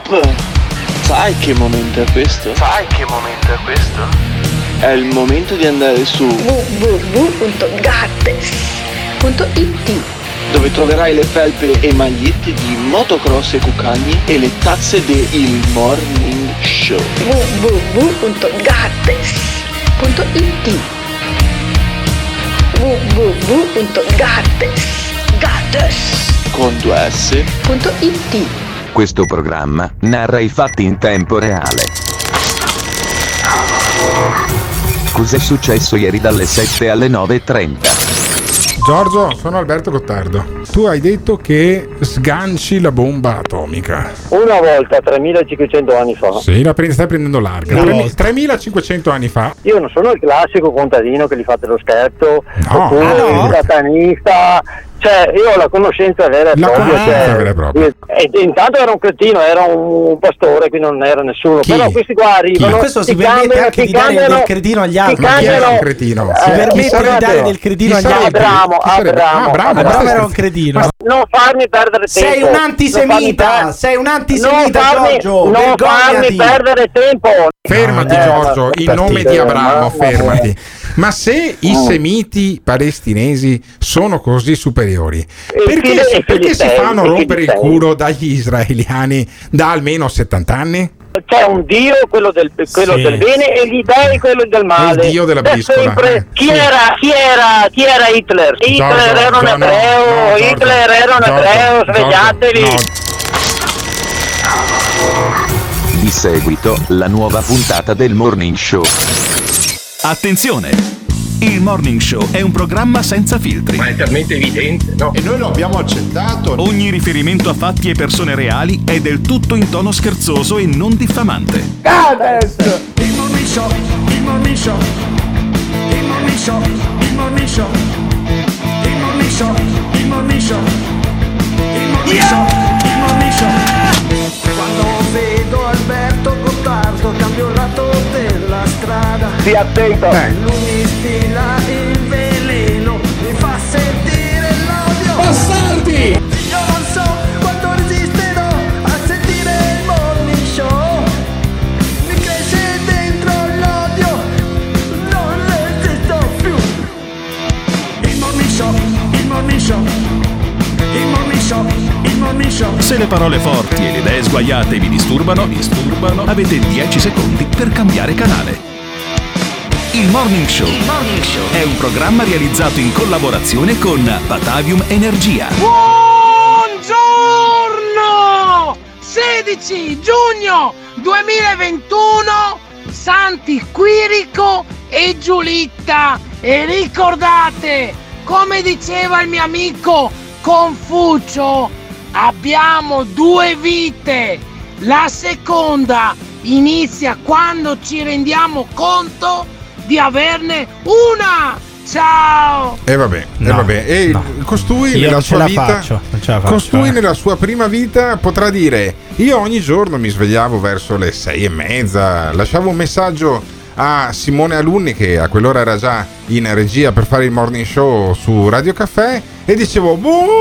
Sai che momento è questo? È il momento di andare su www.gattes.it, dove troverai le felpe e magliette di motocross e cucagni e le tazze del Morning Show. www.gattes.it, www.gattes Con 2S.it. Questo programma narra i fatti in tempo reale. Cos'è successo ieri dalle 7 alle 9:30? Giorgio, sono Alberto Gottardo. Tu hai detto che sganci la bomba atomica. Una volta, 3500 anni fa. Sì, stai prendendo larga. 3500 anni fa. Io non sono il classico contadino che gli fate lo scherzo, No. oppure il satanista. Cioè, io ho la conoscenza vera e propria. E intanto era un cretino, era un pastore, qui non era nessuno. Chi? Però questi qua arrivano. Ma questo si permette anche di dare del cretino agli altri. Ma chi era un cretino? Si permette di dare del cretino agli altri. Abramo era un cretino. Non farmi perdere tempo. Sei un antisemita, Giorgio. Non farmi perdere tempo. Fermati, Giorgio, in nome di Abramo, fermati. Ma se i semiti palestinesi sono così superiori, perché si fanno rompere il culo dagli israeliani da almeno 70 anni? C'è un dio, quello del bene, e gli dei quello del male. È il dio della briscola. Chi era Hitler? Hitler era un ebreo, Hitler era un ebreo, svegliatevi. Di seguito, la nuova puntata del Morning Show. Attenzione! Il Morning Show è un programma senza filtri. Ma è talmente evidente, no? E noi lo abbiamo accettato. Ogni riferimento a fatti e persone reali è del tutto in tono scherzoso e non diffamante. Gattes. Il Morning Show, il Morning Show, il Morning Show, il Morning Show, il Morning Show, il Morning Show, il Morning Show, il Morning Show. Quando vedo Alberto Gottardo cambio lato della strada. Stia attento. Lui mi stila il veleno, mi fa sentire l'odio. Bastardi! Io non so quanto resisterò a sentire il Morning Show. Mi cresce dentro l'odio, non resisto più. Il Morning Show, il Morning Show, il Morning Show, il Morning Show. Se le parole forti e le idee sguaiate vi disturbano, avete 10 secondi per cambiare canale. Il Morning Show è un programma realizzato in collaborazione con Batavium Energia. Buongiorno! 16 giugno 2021, Santi Quirico e Giulitta. E ricordate, come diceva il mio amico Confucio, abbiamo 2 vite. La seconda inizia quando ci rendiamo conto di averne una. Ciao. Costui nella sua vita, nella sua prima vita potrà dire: io ogni giorno mi svegliavo verso le 6:30, lasciavo un messaggio a Simone Alunni, che a quell'ora era già in regia per fare il Morning Show su Radio Caffè, e dicevo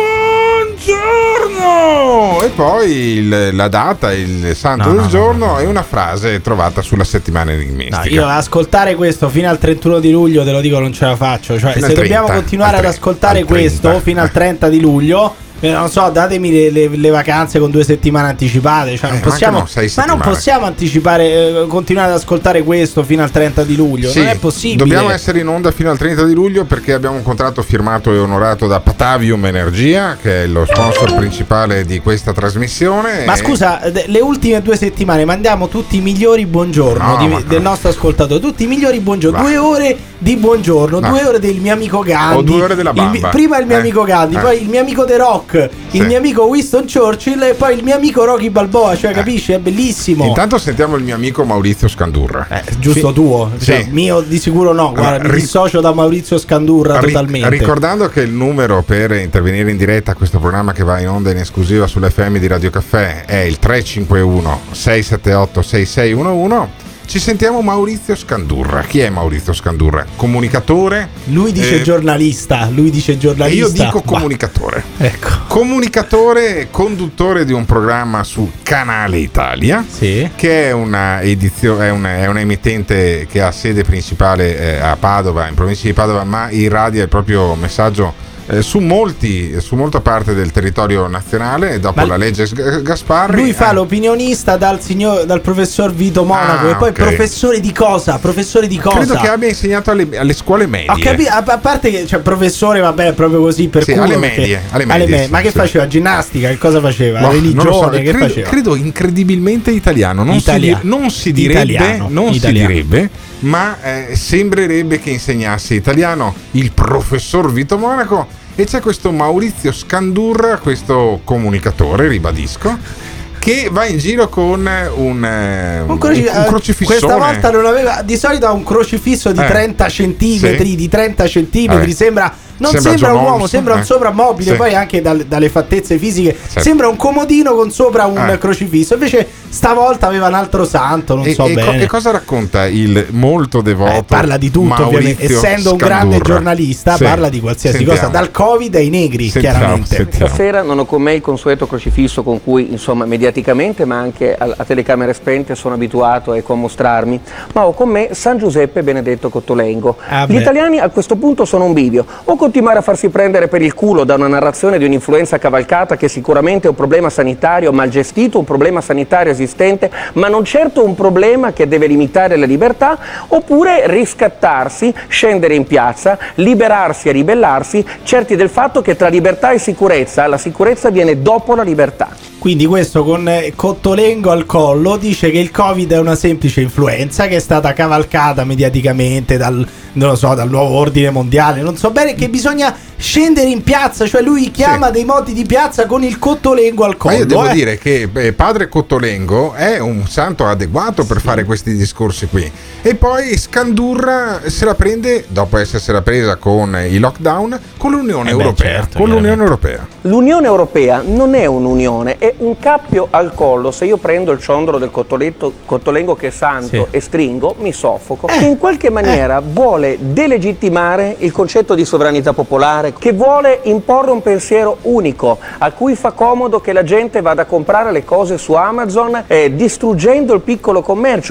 buongiorno, e poi la data, il santo del giorno e una frase trovata sulla settimana enigmistica. No, io ascoltare questo fino al 31 di luglio, te lo dico, non ce la faccio. Cioè, se dobbiamo continuare ad ascoltare questo fino al 30 di luglio, non so, datemi le vacanze con 2 settimane anticipate, cioè non possiamo, ma non possiamo anticipare, continuare ad ascoltare questo fino al 30 di luglio, non è possibile. Dobbiamo essere in onda fino al 30 di luglio perché abbiamo un contratto firmato e onorato da Batavium Energia, che è lo sponsor principale di questa trasmissione. Ma scusa, le ultime 2 settimane mandiamo tutti i migliori buongiorno del nostro ascoltatore, tutti i migliori buongiorno, 2 ore di buongiorno, 2 ore del mio amico Gandhi, o 2 ore della bamba. Prima il mio amico Gandhi, poi il mio amico The Rock, il mio amico Winston Churchill e poi il mio amico Rocky Balboa, cioè capisci? È bellissimo. Intanto sentiamo il mio amico Maurizio Scandurra. Giusto, tuo, cioè, mio di sicuro no, guarda, mi dissocio da Maurizio Scandurra totalmente. Ricordando che il numero per intervenire in diretta a questo programma che va in onda in esclusiva sull'FM di Radio Caffè è il 351 678 6611. Ci sentiamo Maurizio Scandurra. Chi è Maurizio Scandurra? Comunicatore. Lui dice giornalista. E io dico comunicatore. Ecco. Comunicatore, conduttore di un programma su Canale Italia, sì, che è una edizione, è una emittente che ha sede principale a Padova, in provincia di Padova, ma irradia il proprio messaggio su molta parte del territorio nazionale dopo la legge Gasparri. Lui fa l'opinionista dal professor Vito Monaco e poi professore di cosa? Credo che abbia insegnato alle scuole medie. Ho capito, a parte che professore, vabbè, proprio così per culo, alle medie, ma che faceva? Ginnastica? Che cosa faceva? No, religione? Che faceva? Credo incredibilmente italiano. Non si direbbe, ma sembrerebbe che insegnasse italiano il professor Vito Monaco. E c'è questo Maurizio Scandurra, questo comunicatore, ribadisco, che va in giro con un crocifisso. Questa volta non aveva, di solito ha un crocifisso di 30 centimetri, sì. di 30 centimetri, sembra un uomo, sembra un soprammobile, poi anche dalle fattezze fisiche, sembra un comodino con sopra un crocifisso. Invece stavolta aveva un altro santo, non so bene. E cosa racconta il molto devoto? Parla di tutto, Maurizio ovviamente, essendo un grande giornalista, parla di qualsiasi cosa, dal Covid ai negri, chiaramente. Stasera non ho con me il consueto crocifisso con cui, insomma, mediaticamente, ma anche a telecamere spente sono abituato a mostrarmi, ma ho con me San Giuseppe Benedetto Cottolengo. Gli italiani a questo punto sono un bivio: o continuare a farsi prendere per il culo da una narrazione di un'influenza cavalcata, che sicuramente è un problema sanitario mal gestito, un problema sanitario esistente, ma non certo un problema che deve limitare la libertà, oppure riscattarsi, scendere in piazza, liberarsi e ribellarsi, certi del fatto che tra libertà e sicurezza, la sicurezza viene dopo la libertà. Quindi questo con Cottolengo al collo dice che il Covid è una semplice influenza che è stata cavalcata mediaticamente dal nuovo ordine mondiale, non so bene, che bisogna scendere in piazza, cioè lui chiama dei moti di piazza con il Cottolengo al collo. Ma io devo dire che padre Cottolengo è un santo adeguato per fare questi discorsi qui. E poi Scandurra se la prende, dopo essersela presa con i lockdown, con l'Unione Europea. Certo, con l'Unione Europea. L'Unione Europea non è un'unione, è un cappio al collo. Se io prendo il ciondolo del Cottolengo che è santo e stringo, mi soffoco. Che in qualche maniera vuole delegittimare il concetto di sovranità popolare, che vuole imporre un pensiero unico, a cui fa comodo che la gente vada a comprare le cose su Amazon, distruggendo il piccolo commercio.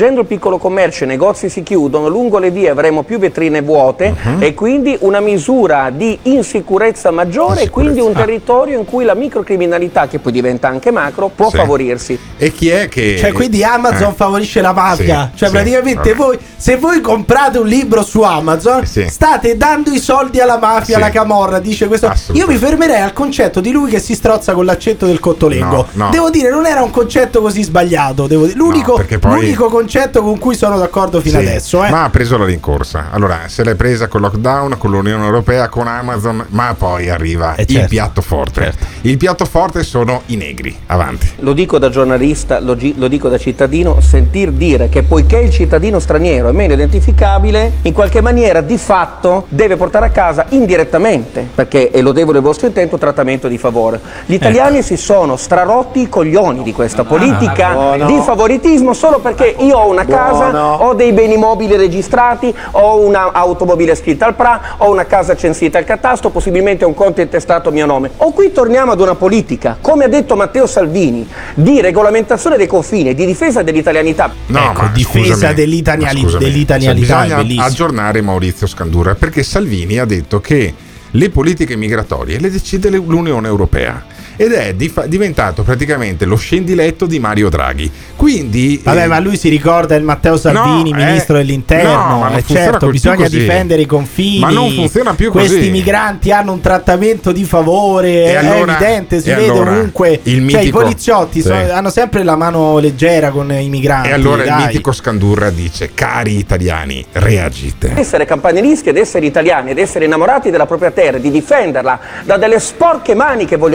I negozi si chiudono, lungo le vie avremo più vetrine vuote e quindi una misura di insicurezza maggiore e quindi un territorio in cui la microcriminalità, che poi diventa anche macro, può favorirsi. E chi è che... Cioè quindi Amazon favorisce la mafia, praticamente voi, se voi comprate un libro su Amazon, state dando i soldi alla mafia, alla camorra, dice questo. Io mi fermerei al concetto di lui che si strozza con l'accetto del Cottolengo. No. Devo dire, non era un concetto così sbagliato, l'unico concetto con cui sono d'accordo fino adesso. Ma ha preso la rincorsa. Allora, se l'è presa con lockdown, con l'Unione Europea, con Amazon, ma poi arriva il piatto forte. Il piatto forte sono i negri. Avanti. Lo dico da giornalista, lo dico da cittadino: sentir dire che poiché il cittadino straniero è meno identificabile, in qualche maniera di fatto deve portare a casa indirettamente, perché è lodevole il vostro intento, trattamento di favore. Gli italiani si sono strarotti i coglioni di questa politica di favoritismo, solo perché io ho una casa, ho dei beni mobili registrati, ho un'automobile scritta al PRA, ho una casa censita al catasto, possibilmente un conto intestato a mio nome. O qui torniamo ad una politica, come ha detto Matteo Salvini, di regolamentazione dei confini, di difesa dell'italianità. Difesa dell'italianità. Bisogna aggiornare Maurizio Scandurra, perché Salvini ha detto che le politiche migratorie le decide l'Unione Europea ed è diventato praticamente lo scendiletto di Mario Draghi. Quindi ma lui si ricorda il Matteo Salvini, ministro dell'interno, certo, bisogna difendere i confini, ma non funziona più così. Questi migranti hanno un trattamento di favore, è evidente, si vede ovunque, i poliziotti hanno sempre la mano leggera con i migranti. E allora il mitico Scandurra dice: cari italiani, reagite. Essere campanilisti ed essere italiani ed essere innamorati della propria terra, di difenderla da delle sporche mani che vogliono anche togliere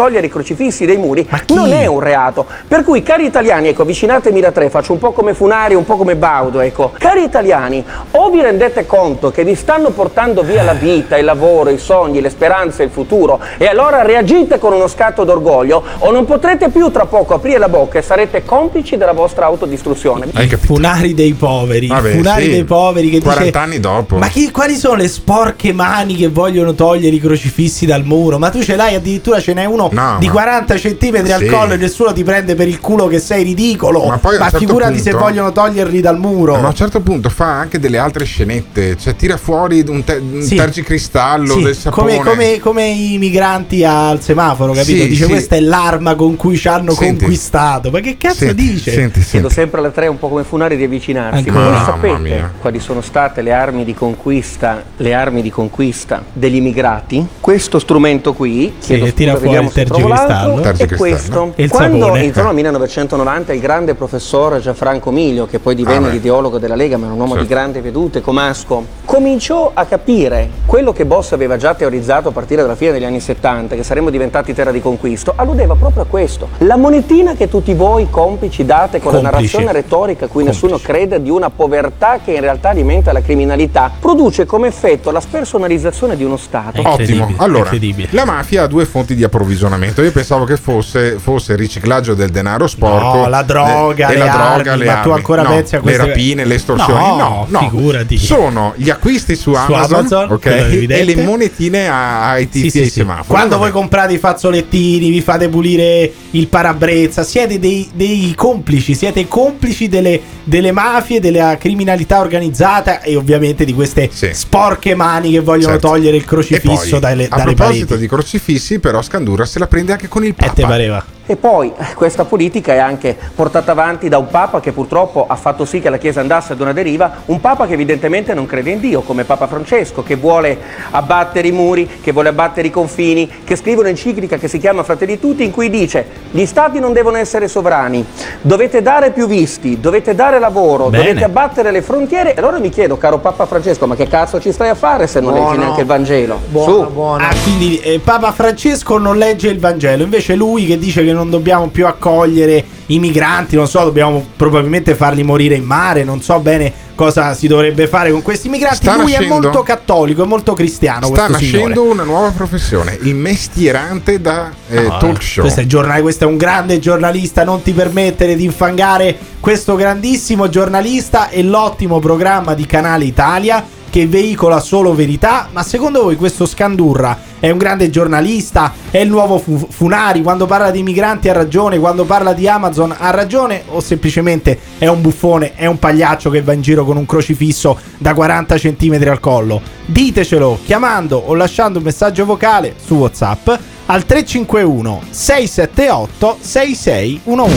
togliere i crocifissi dei muri non è un reato. Per cui, cari italiani, ecco, avvicinatemi da tre, faccio un po' come Funari, un po' come Baudo, ecco. Cari italiani, o vi rendete conto che vi stanno portando via la vita, il lavoro, i sogni, le speranze, il futuro, e allora reagite con uno scatto d'orgoglio, o non potrete più tra poco aprire la bocca e sarete complici della vostra autodistruzione. Funari dei poveri, Funari dei poveri che 40 dice, anni dopo. Ma quali sono le sporche mani che vogliono togliere i crocifissi dal muro? Ma tu ce l'hai, addirittura ce n'è uno di 40 centimetri al collo e nessuno ti prende per il culo che sei ridicolo. Ma figurati se vogliono toglierli dal muro. Ma a un certo punto fa anche delle altre scenette, cioè tira fuori un tergicristallo del sapone, come i migranti al semaforo, capito? Dice questa è l'arma con cui ci hanno conquistato. Ma che cazzo dice? Chiedo sempre alle tre, un po' come Funari, di avvicinarsi. Ma voi sapete quali sono state le armi di conquista degli immigrati? Questo strumento qui, tira fuori il tergicristallo, e questo. E il quando sapone. intorno al 1990 il grande professor Gianfranco Miglio, che poi divenne l'ideologo della Lega, ma era un uomo di grande vedute, comasco, cominciò a capire quello che Boss aveva già teorizzato a partire dalla fine degli anni 70, che saremmo diventati terra di conquisto, alludeva proprio a questo. La monetina che tutti voi complici date con la narrazione retorica a cui nessuno crede, di una povertà che in realtà alimenta la criminalità, produce come effetto la spersonalizzazione di uno Stato. Ottimo. Allora, la mafia ha due fonti di approvvigionamento. Io pensavo che fosse il riciclaggio del denaro sporco, la droga, le armi. Ma tu ancora pensi a queste... le rapine, le estorsioni? No, figurati. Sono gli acquisti su Amazon e le monetine ai tizi ai semafori. Quando voi comprate i fazzolettini, vi fate pulire il parabrezza, siete dei complici, siete complici delle mafie, della criminalità organizzata e ovviamente di queste sporche mani che vogliono togliere il crocifisso dalle pareti. A proposito di crocifissi, però Scandurra se la prende anche con il Papa. Te pareva? E poi questa politica è anche portata avanti da un Papa che purtroppo ha fatto sì che la Chiesa andasse ad una deriva, un Papa che evidentemente non crede in Dio, come Papa Francesco, che vuole abbattere i muri, che vuole abbattere i confini, che scrive un'enciclica che si chiama Fratelli Tutti, in cui dice: gli stati non devono essere sovrani, dovete dare più visti, dovete dare lavoro, dovete abbattere le frontiere. E allora mi chiedo, caro Papa Francesco, ma che cazzo ci stai a fare se non leggi neanche il Vangelo? Buono. Quindi Papa Francesco non legge il Vangelo, invece lui che dice che non dobbiamo più accogliere i migranti, non so, dobbiamo probabilmente farli morire in mare, non so bene cosa si dovrebbe fare con questi migranti. Lui è molto cattolico, è molto cristiano. Sta nascendo una nuova professione, il mestierante da talk show. Questo è un grande giornalista, non ti permettere di infangare questo grandissimo giornalista e l'ottimo programma di Canale Italia che veicola solo verità. Ma secondo voi questo Scandurra è un grande giornalista? È il nuovo Funari? Quando parla di migranti ha ragione, quando parla di Amazon ha ragione, o semplicemente è un buffone, è un pagliaccio che va in giro con un crocifisso da 40 centimetri al collo? Ditecelo chiamando o lasciando un messaggio vocale su WhatsApp al 351 678 6611.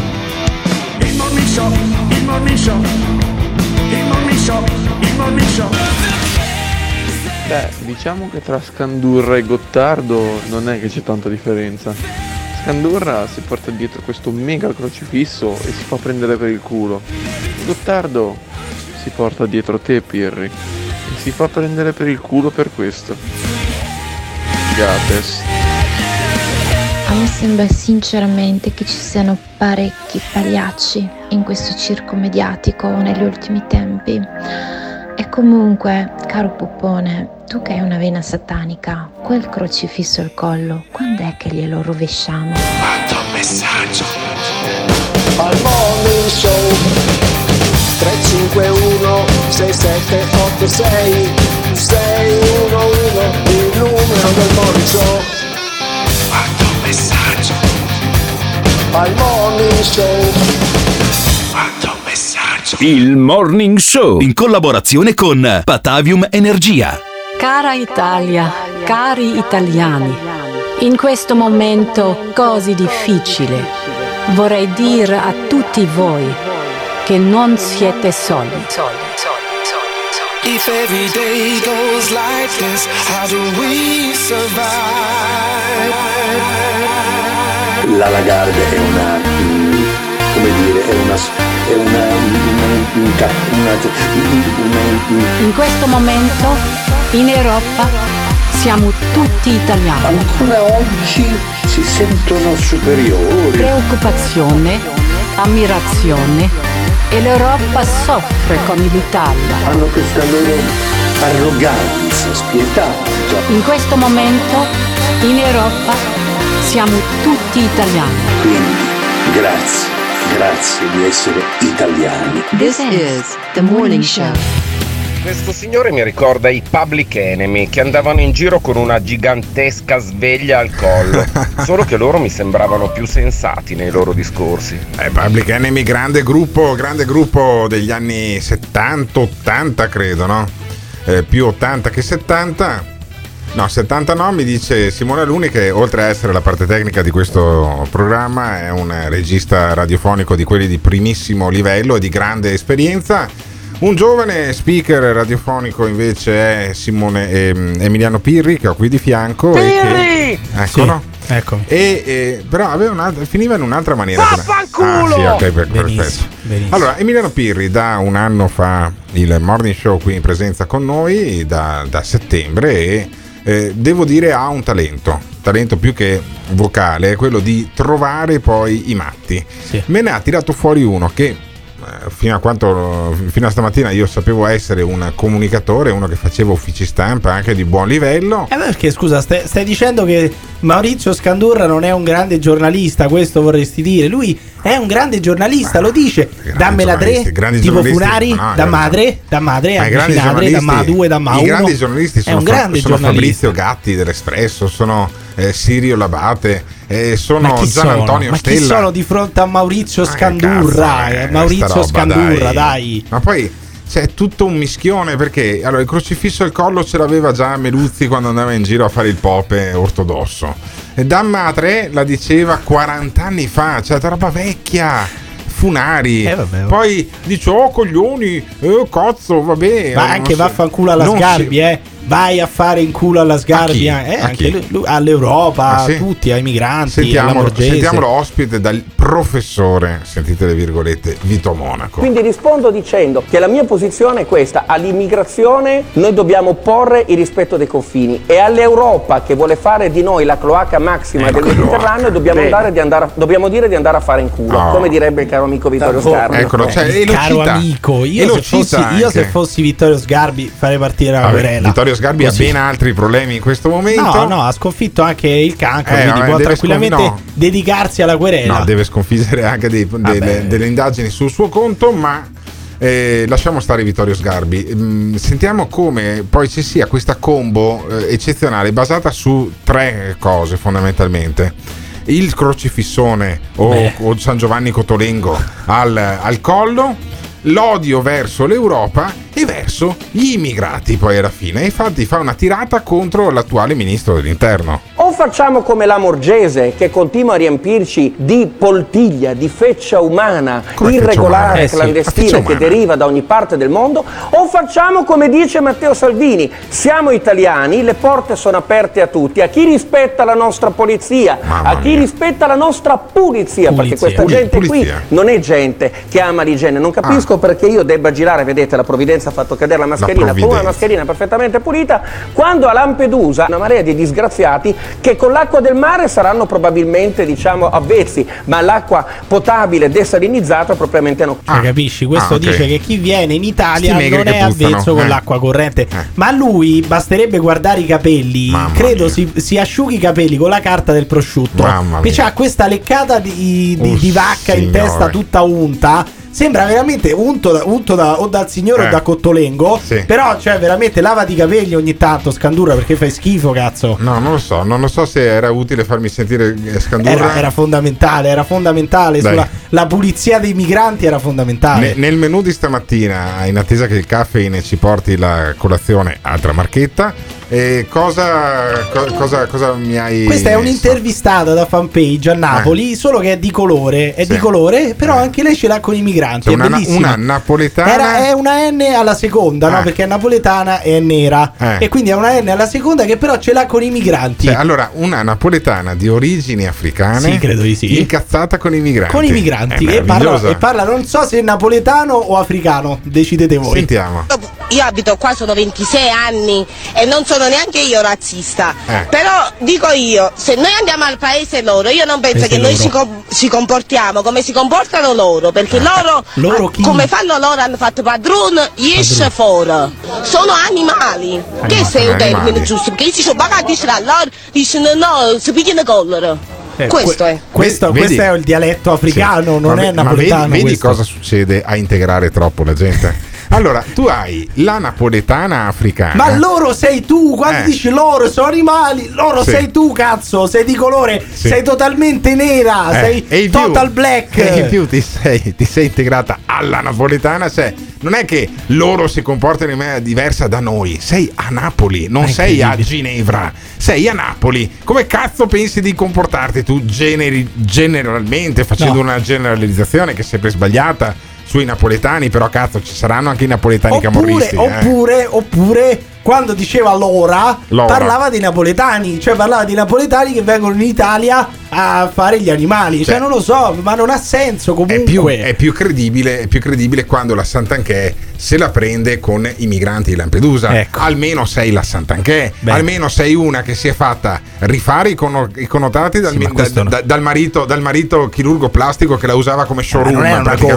Il Morning Show, il Morning Show, il Morning Show, il Morning Show. Beh, diciamo che tra Scandurra e Gottardo non è che c'è tanta differenza. Scandurra si porta dietro questo mega crocifisso e si fa prendere per il culo. Gottardo si porta dietro te, Pirri, e si fa prendere per il culo per questo. Gates. A me sembra sinceramente che ci siano parecchi pagliacci in questo circo mediatico negli ultimi tempi. E comunque, caro Puppone, tu che hai una vena satanica, quel crocifisso al collo, quando è che glielo rovesciamo? Manda un messaggio al Morning Show 351 6786 611, il numero del Morning Show. Manda un messaggio al Morning Show. Manda un messaggio. Il Morning Show in collaborazione con Patavium Energia. Cara Italia, cari italiani, in questo momento così difficile vorrei dire a tutti voi che non siete soli. If every day goes like this, how do we survive? La Lagarde è una, come dire, in questo momento in Europa siamo tutti italiani. Ancora oggi si sentono superiori. Preoccupazione, ammirazione e l'Europa soffre con l'Italia. Hanno questa loro arroganza spietata. In questo momento in Europa siamo tutti italiani. Quindi grazie di essere italiani. This is the morning show. Questo signore mi ricorda i Public Enemy che andavano in giro con una gigantesca sveglia al collo, solo che loro mi sembravano più sensati nei loro discorsi. Public Enemy, grande gruppo degli anni 70-80 credo, no? Più 80 che 70. No, 70 no, mi dice Simone Alunni, che oltre a essere la parte tecnica di questo programma è un regista radiofonico di quelli di primissimo livello e di grande esperienza. Un giovane speaker radiofonico invece è Emiliano Pirri, che ho qui di fianco. Pirri! Ecco, sì, no? Ecco. Però finiva in un'altra maniera. Vaffanculo! Sì, ok, perfetto. Benissimo. Allora, Emiliano Pirri da un anno fa il morning show qui in presenza con noi da settembre e devo dire ha un talento più che vocale, è quello di trovare poi i matti. Sì. Me ne ha tirato fuori uno che fino a stamattina io sapevo essere un comunicatore, uno che faceva uffici stampa anche di buon livello. Perché scusa, stai dicendo che Maurizio Scandurra non è un grande giornalista, questo vorresti dire? Lui è un grande giornalista, lo dice. Dammela tre, tipo Funari, da madre, a Finale, da Ma 2, da Ma 1. I grandi giornalisti sono giornalista. Fabrizio Gatti dell'Espresso, sono Sirio Labate, sono Gian Antonio ma Stella. Chi sono di fronte a Maurizio Scandurra? Maurizio Scandurra, dai. Ma poi c'è tutto un mischione, perché allora il crocifisso al collo ce l'aveva già Meluzzi quando andava in giro a fare il pope ortodosso, e Damma 3 la diceva 40 anni fa, cioè roba vecchia. Funari, poi dice coglioni, cazzo, vabbè. Ma anche vaffanculo alla Sgarbi, vai a fare in culo alla Sgarbi, anche lui, all'Europa, a tutti, ai migranti, alla Morgese. Sentiamolo ospite dal professore, sentite le virgolette, Vito Monaco. Quindi rispondo dicendo che la mia posizione è questa: all'immigrazione noi dobbiamo porre il rispetto dei confini, e all'Europa che vuole fare di noi la cloaca massima del Mediterraneo dobbiamo dire di andare a fare in culo, come direbbe il caro amico Vittorio Sgarbi. Eccolo, caro amico, io se fossi Vittorio Sgarbi farei partire la querela. Vittorio Sgarbi ha ben altri problemi in questo momento. No, ha sconfitto anche il cancro, quindi può tranquillamente dedicarsi alla querela. No, deve sconfiggere anche delle indagini sul suo conto, ma lasciamo stare Vittorio Sgarbi. Sentiamo come poi ci sia questa combo eccezionale basata su tre cose fondamentalmente: il crocifissone o San Giovanni Cotolengo al collo, l'odio verso l'Europa e verso gli immigrati poi alla fine. Infatti fa una tirata contro l'attuale ministro dell'interno. O facciamo come la Morgese, che continua a riempirci di poltiglia, di feccia umana, irregolare, clandestina, che deriva da ogni parte del mondo, o facciamo come dice Matteo Salvini: siamo italiani, le porte sono aperte a tutti, a chi rispetta la nostra polizia, a chi rispetta la nostra pulizia, perché questa gente qui non è gente che ama l'igiene. Non capisco perché io debba girare, vedete, la provvidenza ha fatto cadere la mascherina con una mascherina perfettamente pulita, quando a Lampedusa una marea di disgraziati che con l'acqua del mare saranno probabilmente, diciamo, avvezzi, ma l'acqua potabile desalinizzata propriamente no. Capisci? Questo dice che chi viene in Italia non è avvezzo con l'acqua corrente, ma lui basterebbe guardare i capelli, credo si asciughi i capelli con la carta del prosciutto, che c'ha questa leccata di vacca in testa tutta unta. Sembra veramente unto dal signore o da Cotolengo. Però, cioè, veramente lavati i capelli ogni tanto, Scandurra, perché fai schifo, cazzo. No, non lo so se era utile farmi sentire Scandurra. Era fondamentale. La pulizia dei migranti era fondamentale. Nel menù di stamattina, in attesa che il caffeine ci porti la colazione, altra marchetta. E cosa mi hai? Questa è un'intervistata da Fanpage a Napoli, solo che è di colore, però anche lei ce l'ha con i migranti. Cioè è bellissima. Una napoletana. È una N alla seconda, no? Perché è napoletana e è nera. E quindi è una N alla seconda che però ce l'ha con i migranti. Cioè, allora, una napoletana di origini africane. Sì, credo di sì. Incazzata con i migranti. Con i migranti. E parla non so se è napoletano o africano. Decidete voi. Sentiamo. io abito qua, sono 26 anni e non sono neanche io razzista, però dico io, se noi andiamo al paese loro, io non penso che noi ci comportiamo come si comportano loro, perché loro come fanno loro, hanno fatto padrone, esce fuori, sono animali, che sei un termine giusto, perché si sono bagati tra loro, dicono no, si pigliano collera. Questo è il dialetto africano, non è napoletano. Vedi cosa succede a integrare troppo la gente? Allora, tu hai la napoletana africana. Ma loro sei tu, quando dici loro sono animali, loro sei tu, cazzo, sei di colore, sei totalmente nera, sei total black. E in più ti sei integrata alla napoletana, cioè non è che loro si comportano in maniera diversa da noi, sei a Napoli, non sei a Ginevra, sei a Napoli. Come cazzo pensi di comportarti tu generalmente, facendo una generalizzazione che è sempre sbagliata sui napoletani? Però cazzo, ci saranno anche i napoletani camorristi. Oppure quando diceva Lora, parlava dei napoletani, cioè parlava di napoletani che vengono in Italia a fare gli animali, cioè non lo so, ma non ha senso comunque. È più credibile quando la Santanchè se la prende con i migranti di Lampedusa. Ecco. Almeno sei la Santanchè, almeno sei una che si è fatta rifare i connotati dal marito chirurgo plastico che la usava come showroom. Non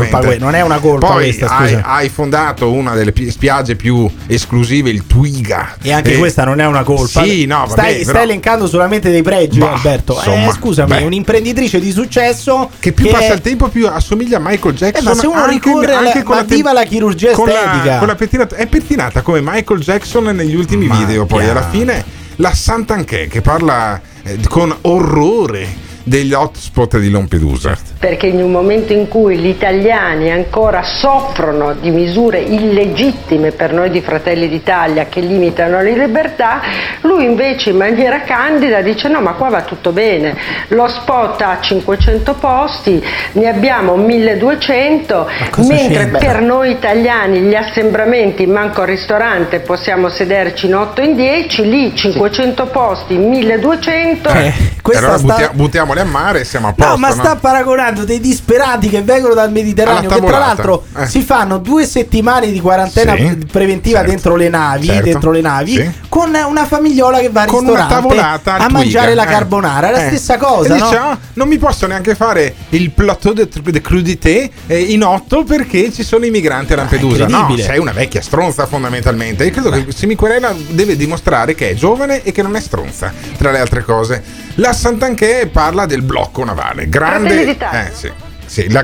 è una colpa poi questa, hai fondato una delle spiagge più esclusive, il Twiga. E anche questa non è una colpa. Sì, no, stai elencando solamente dei pregi, Alberto. Scusami, un'imprenditrice di successo che più passa il tempo più assomiglia a Michael Jackson. Ma se uno ricorre viva la chirurgia estetica. Con la è pettinata come Michael Jackson negli ultimi video. Poi alla fine la Santanchè che parla con orrore degli hotspot di Lampedusa. Perché in un momento in cui gli italiani ancora soffrono di misure illegittime per noi di Fratelli d'Italia che limitano le libertà, lui invece in maniera candida dice no, ma qua va tutto bene, lo spot ha 500 posti, ne abbiamo 1200, mentre per noi italiani gli assembramenti, manco al ristorante, possiamo sederci in 8 in 10, lì 500 posti, 1200. Allora buttiamoli a mare e siamo a posto. No, ma sta paragonando dei disperati che vengono dal Mediterraneo, che tra l'altro si fanno 2 settimane di quarantena preventiva dentro le navi, con una famigliola che va al ristorante a mangiare la carbonara. È la stessa cosa, no? Dice, non mi posso neanche fare il plateau de crudité in 8 perché ci sono i migranti a Lampedusa. No, sei una vecchia stronza fondamentalmente. Io credo che se mi querela deve dimostrare che è giovane e che non è stronza, tra le altre cose. La Santanchè parla del blocco navale, grande, la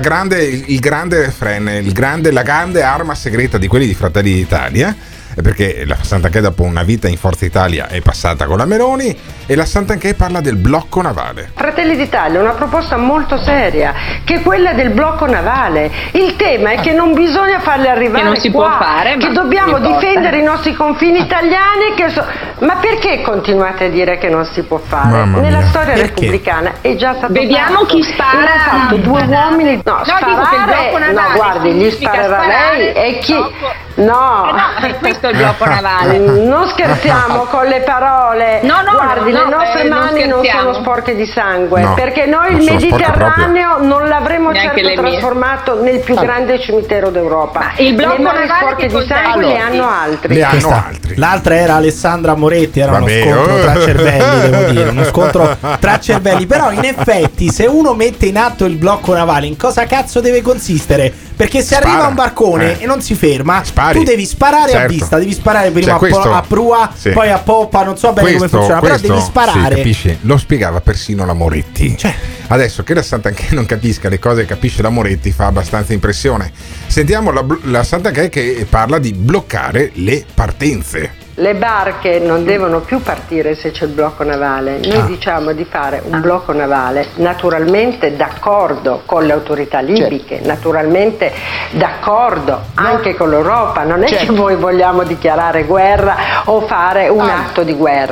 grande arma segreta di quelli di Fratelli d'Italia, perché la Santanchè dopo una vita in Forza Italia è passata con la Meloni, e la Santanchè parla del blocco navale. Fratelli d'Italia, una proposta molto seria, che è quella del blocco navale. Il tema è che non bisogna farle arrivare che non si qua, può fare, che dobbiamo difendere i nostri confini italiani. Ma perché continuate a dire che non si può fare? Nella storia repubblicana è già stato Vediamo fatto. chi spara. L'ha fatto 2 uomini. Guardi, gli sparerà lei e chi? No, questo è il blocco navale. Non scherziamo con le parole. Guardi, le nostre mani non sono sporche di sangue, perché noi il Mediterraneo non l'avremo certo trasformato nel più grande cimitero d'Europa. Il blocco le mani navale sporche di sangue le hanno altri. L'altra era Alessandra Moretti, era uno scontro tra cervelli, devo dire, uno scontro tra cervelli. Però in effetti se uno mette in atto il blocco navale, in cosa cazzo deve consistere? Perché se arriva un barcone e non si ferma, tu devi sparare a vista, devi sparare prima a prua, poi a poppa, non so bene come funziona, però devi sparare. Capisci? Lo spiegava persino la Moretti. Adesso che la Santanchè non capisca le cose che capisce la Moretti fa abbastanza impressione. Sentiamo la Santanchè che parla di bloccare le partenze. Le barche non devono più partire se c'è il blocco navale. Noi diciamo di fare un blocco navale naturalmente d'accordo con le autorità libiche, naturalmente d'accordo anche con l'Europa. Non è che voi vogliamo dichiarare guerra o fare un atto di guerra.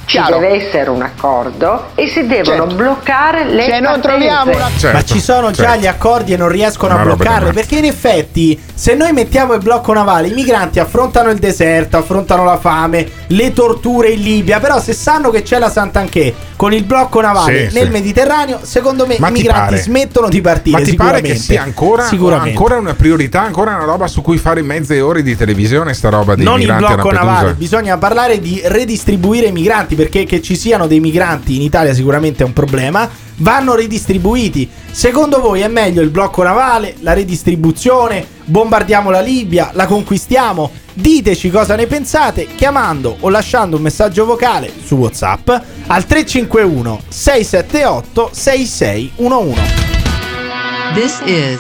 Ci deve essere un accordo e si devono bloccare le partenze. Non troviamo ma ci sono già gli accordi e non riescono a bloccarle, perché in effetti se noi mettiamo il blocco navale, i migranti affrontano il deserto, affrontano la fame, le torture in Libia, però se sanno che c'è la Sant'Anché con il blocco navale nel Mediterraneo, secondo me i migranti smettono di partire. Ma ti pare che sia ancora una priorità, ancora una roba su cui fare mezze ore di televisione, sta roba dei non migranti? Non il blocco navale, bisogna parlare di redistribuire i migranti, perché che ci siano dei migranti in Italia sicuramente è un problema, vanno ridistribuiti. Secondo voi è meglio il blocco navale, la redistribuzione, bombardiamo la Libia, la conquistiamo? Diteci cosa ne pensate chiamando o lasciando un messaggio vocale su WhatsApp al 351 678 6611. This is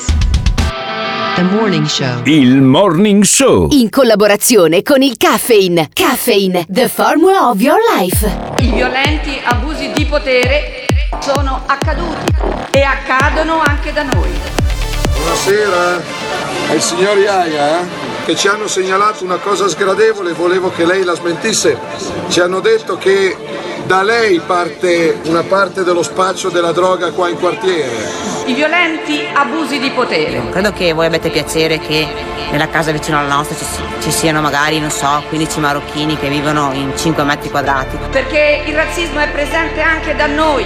The Morning Show. Il Morning Show. In collaborazione con il Caffeine. Caffeine, the formula of your life. I violenti abusi di potere sono accaduti e accadono anche da noi. Buonasera, è il signor Iaia, che ci hanno segnalato una cosa sgradevole, volevo che lei la smentisse. Ci hanno detto che da lei parte una parte dello spaccio della droga qua in quartiere. I violenti abusi di potere. Credo che voi abbiate piacere che nella casa vicino alla nostra ci siano magari, 15 marocchini che vivono in 5 metri quadrati. Perché il razzismo è presente anche da noi.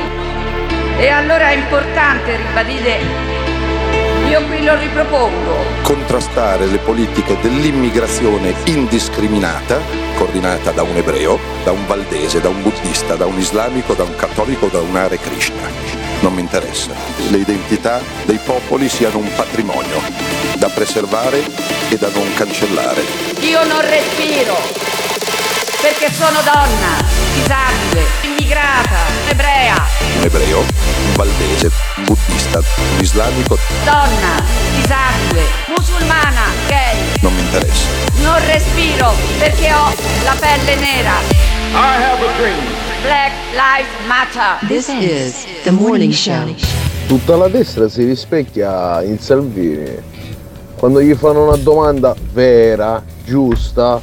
E allora è importante ribadire, io qui lo ripropongo. Contrastare le politiche dell'immigrazione indiscriminata, coordinata da un ebreo, da un valdese, da un buddista, da un islamico, da un cattolico, da un Hare Krishna. Non mi interessa. Le identità dei popoli siano un patrimonio da preservare e da non cancellare. Io non respiro perché sono donna, disabile, immigrata, ebrea. Un ebreo, un valdese, un buddista, un islamico. Donna, disabile, musulmana, gay. Non mi interessa. Non respiro perché ho la pelle nera. I have a dream. Black Lives Matter. This is The Morning Show. Tutta la destra si rispecchia in Salvini. Quando gli fanno una domanda vera, giusta,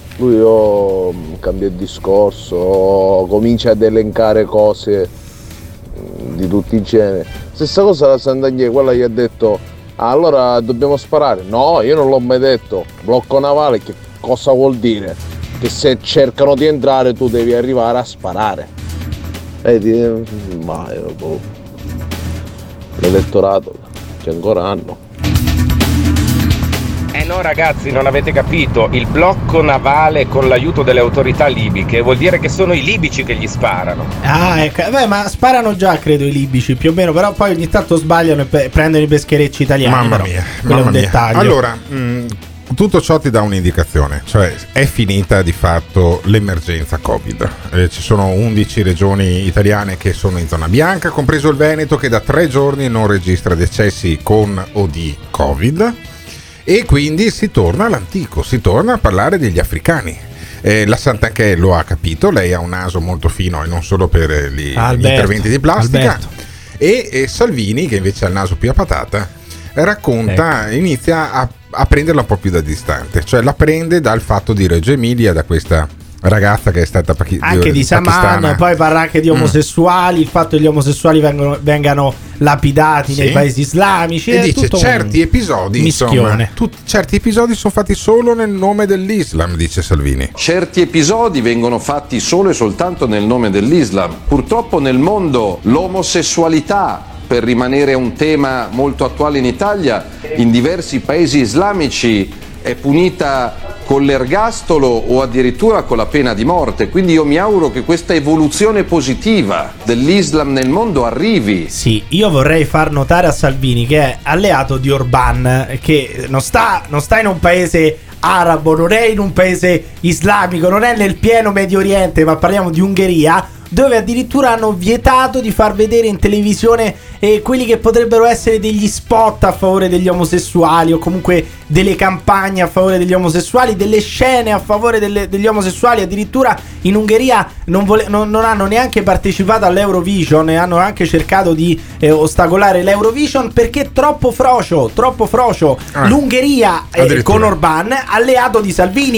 lui cambia il discorso, comincia ad elencare cose di tutti i generi. Stessa cosa la Sant'Anché, quella gli ha detto allora dobbiamo sparare. No, io non l'ho mai detto. Blocco navale che cosa vuol dire? Che se cercano di entrare tu devi arrivare a sparare. L'elettorato che ancora hanno. No ragazzi, non avete capito, il blocco navale con l'aiuto delle autorità libiche vuol dire che sono i libici che gli sparano. Ecco, ma sparano già credo i libici più o meno, però poi ogni tanto sbagliano e prendono i pescherecci italiani. Mamma mia. Dettaglio. Allora, tutto ciò ti dà un'indicazione, cioè è finita di fatto l'emergenza Covid. Ci sono 11 regioni italiane che sono in zona bianca, compreso il Veneto, che da 3 giorni non registra decessi con o di Covid. E quindi si torna all'antico, si torna a parlare degli africani. La Sant'Anché lo ha capito, lei ha un naso molto fino e non solo per gli interventi di plastica. E Salvini, che invece ha il naso più a patata, racconta, inizia a prenderla un po' più da distante, cioè la prende dal fatto di Reggio Emilia, da questa ragazza che è stata anche di Saman, poi parla anche di omosessuali, il fatto che gli omosessuali vengano lapidati nei paesi islamici, e dice certi episodi, insomma, certi episodi sono fatti solo nel nome dell'Islam, dice Salvini. Certi episodi vengono fatti solo e soltanto nel nome dell'Islam. Purtroppo nel mondo l'omosessualità, per rimanere un tema molto attuale in Italia, in diversi paesi islamici è punita con l'ergastolo o addirittura con la pena di morte. Quindi io mi auguro che questa evoluzione positiva dell'Islam nel mondo arrivi. Sì, io vorrei far notare a Salvini che è alleato di Orban, che non sta in un paese arabo, non è in un paese islamico, non è nel pieno Medio Oriente, ma parliamo di Ungheria, dove addirittura hanno vietato di far vedere in televisione quelli che potrebbero essere degli spot a favore degli omosessuali, o comunque delle campagne a favore degli omosessuali, delle scene a favore degli omosessuali. Addirittura in Ungheria non hanno neanche partecipato all'Eurovision e hanno anche cercato di ostacolare l'Eurovision perché è troppo frocio. L'Ungheria con Orban, alleato di Salvini,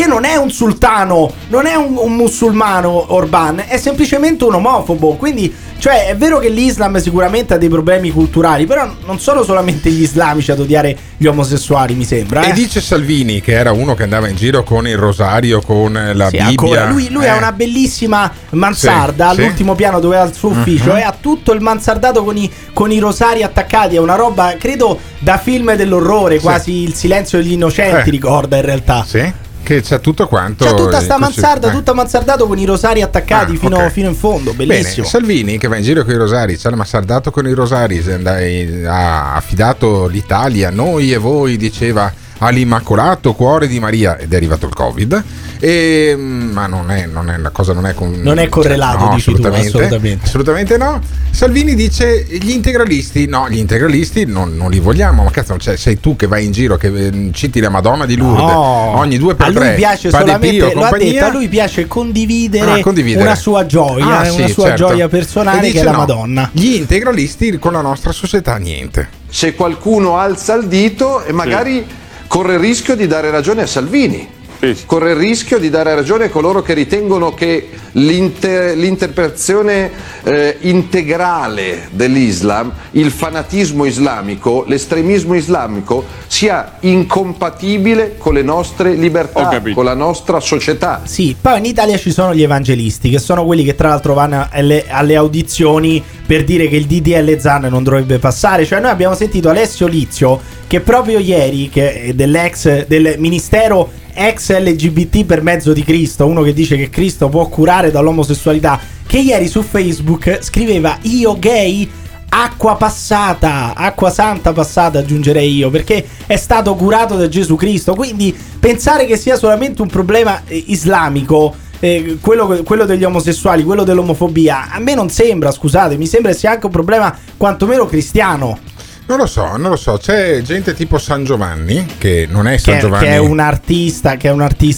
che non è un sultano, non è un musulmano Orban, è semplicemente un omofobo. Quindi, cioè, è vero che l'Islam sicuramente ha dei problemi culturali, però non sono solamente gli islamici ad odiare gli omosessuali, mi sembra. E dice Salvini, che era uno che andava in giro con il rosario, con la Bibbia. Ancora. Lui ha una bellissima mansarda all'ultimo piano dove ha il suo ufficio, e ha tutto il mansardato con i rosari attaccati. È una roba, credo, da film dell'orrore, quasi Il silenzio degli innocenti, ricorda in realtà. Sì. Che c'è tutto quanto. C'è tutta sta mansarda, tutta mansardato con i rosari attaccati fino in fondo. Bellissimo. Bene, Salvini che va in giro con i rosari, c'ha il mansardato con i rosari, ha affidato l'Italia, noi e voi, diceva, all'Immacolato Cuore di Maria, ed è arrivato il Covid. Ma non è la cosa, non è correlato, no, dici assolutamente no. Salvini dice gli integralisti non li vogliamo. Ma cazzo, sei tu che vai in giro che citi la Madonna di Lourdes ogni 2 per 3. A lui piace solamente, lo ha detto, a lui piace condividere una sua gioia, gioia personale, che è la Madonna. Gli integralisti con la nostra società niente. Se qualcuno alza il dito e magari corre il rischio di dare ragione a Salvini. Corre il rischio di dare ragione a coloro che ritengono che l'interpretazione integrale dell'Islam, il fanatismo islamico, l'estremismo islamico sia incompatibile con le nostre libertà, con la nostra società. Sì, poi in Italia ci sono gli evangelisti, che sono quelli che tra l'altro vanno alle audizioni per dire che il DDL Zan non dovrebbe passare. Cioè, noi abbiamo sentito Alessio Lizio, che proprio ieri, che è del ministero ex LGBT per mezzo di Cristo, uno che dice che Cristo può curare dall'omosessualità, che ieri su Facebook scriveva: io gay, acqua santa passata, aggiungerei io, perché è stato curato da Gesù Cristo. Quindi pensare che sia solamente un problema islamico, quello degli omosessuali, quello dell'omofobia, a me non sembra, scusate, mi sembra sia anche un problema quantomeno cristiano. Non lo so, c'è gente tipo San Giovanni, che non è San Giovanni, che è un artista che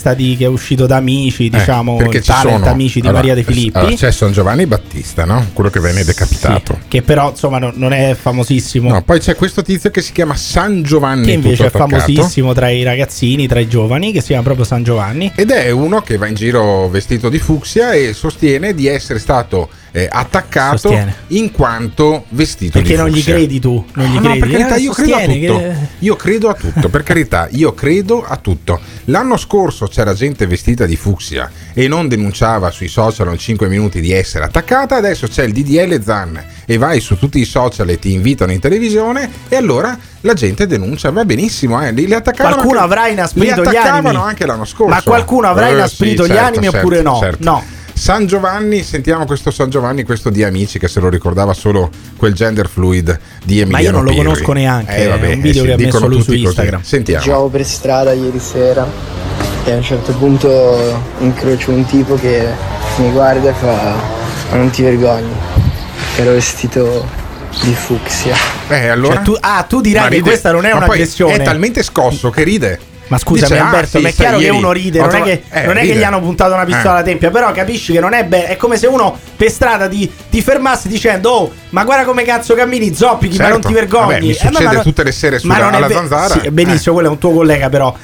è uscito da Amici, diciamo, talent Amici di Maria De Filippi. Allora, c'è San Giovanni Battista, no? Quello che venne decapitato. Sì, che però insomma non è famosissimo. No, poi c'è questo tizio che si chiama San Giovanni, che invece è famosissimo tra i ragazzini, tra i giovani, che si chiama proprio San Giovanni. Ed è uno che va in giro vestito di fucsia e sostiene di essere stato attaccato in quanto vestito di fucsia. Perché non gli credi tu? Non gli credi? Per carità, io credo a tutto. Io credo a tutto, per carità, io credo a tutto. L'anno scorso c'era gente vestita di fucsia e non denunciava sui social in 5 minuti di essere attaccata. Adesso c'è il DDL Zan e vai su tutti i social e ti invitano in televisione, e allora la gente denuncia. Va benissimo, li attaccavano. Qualcuno avrà inasprito gli animi anche l'anno scorso. Ma qualcuno avrà inasprito gli animi oppure no? Certo. No. San Giovanni, sentiamo questo San Giovanni, questo di Amici, che se lo ricordava solo quel gender fluid di Emiliano. Ma io non lo Pirri. Conosco neanche, è un video che ha messo lui su Instagram. Così. Sentiamo. Giravo per strada ieri sera e a un certo punto incrocio un tipo che mi guarda e fa: ma non ti vergogni, ero vestito di fucsia. Allora? Cioè, tu dirai che questa non è un'aggressione. È talmente scosso che ride. Ma scusami, Alberto, ma è chiaro che uno ride, non è che gli hanno puntato una pistola alla tempia, però capisci che non è bello. È come se uno per strada ti fermasse dicendo: oh, ma guarda come cazzo cammini, zoppichi, ma non ti vergogni. Vabbè, mi succede tutte le sere alla Zanzara. Sì, benissimo, quello è un tuo collega, però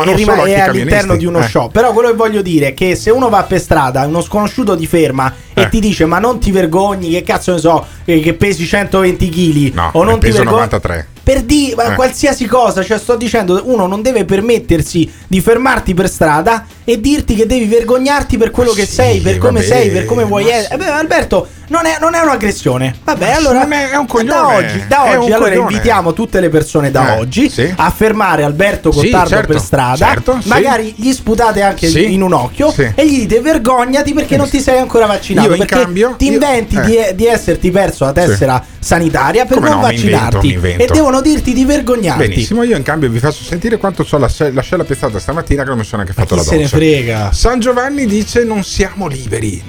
è all'interno di uno show. Però quello che voglio dire è che se uno va per strada, uno sconosciuto ti ferma e ti dice: ma non ti vergogni, che cazzo ne so, che pesi 120 kg, o non ti vergogni, 93. Per dire qualsiasi cosa, cioè sto dicendo, uno non deve permettersi di fermarti per strada e dirti che devi vergognarti per quello che sei, per come sei, per come vuoi essere. Alberto, non è un'aggressione. Vabbè, allora è un coglione. Da oggi allora invitiamo tutte le persone da oggi a fermare Alberto Gottardo per strada, magari gli sputate anche in un occhio e gli dite: vergognati perché non ti sei ancora vaccinato, perché cambio, ti inventi di esserti perso la tessera sanitaria per non vaccinarti e devono dirti di vergognarti. Benissimo, io in cambio vi faccio sentire quanto ho l'ascella pezzata stamattina, che non mi sono neanche fatto la doccia. Se ne frega. San Giovanni dice: non siamo liberi.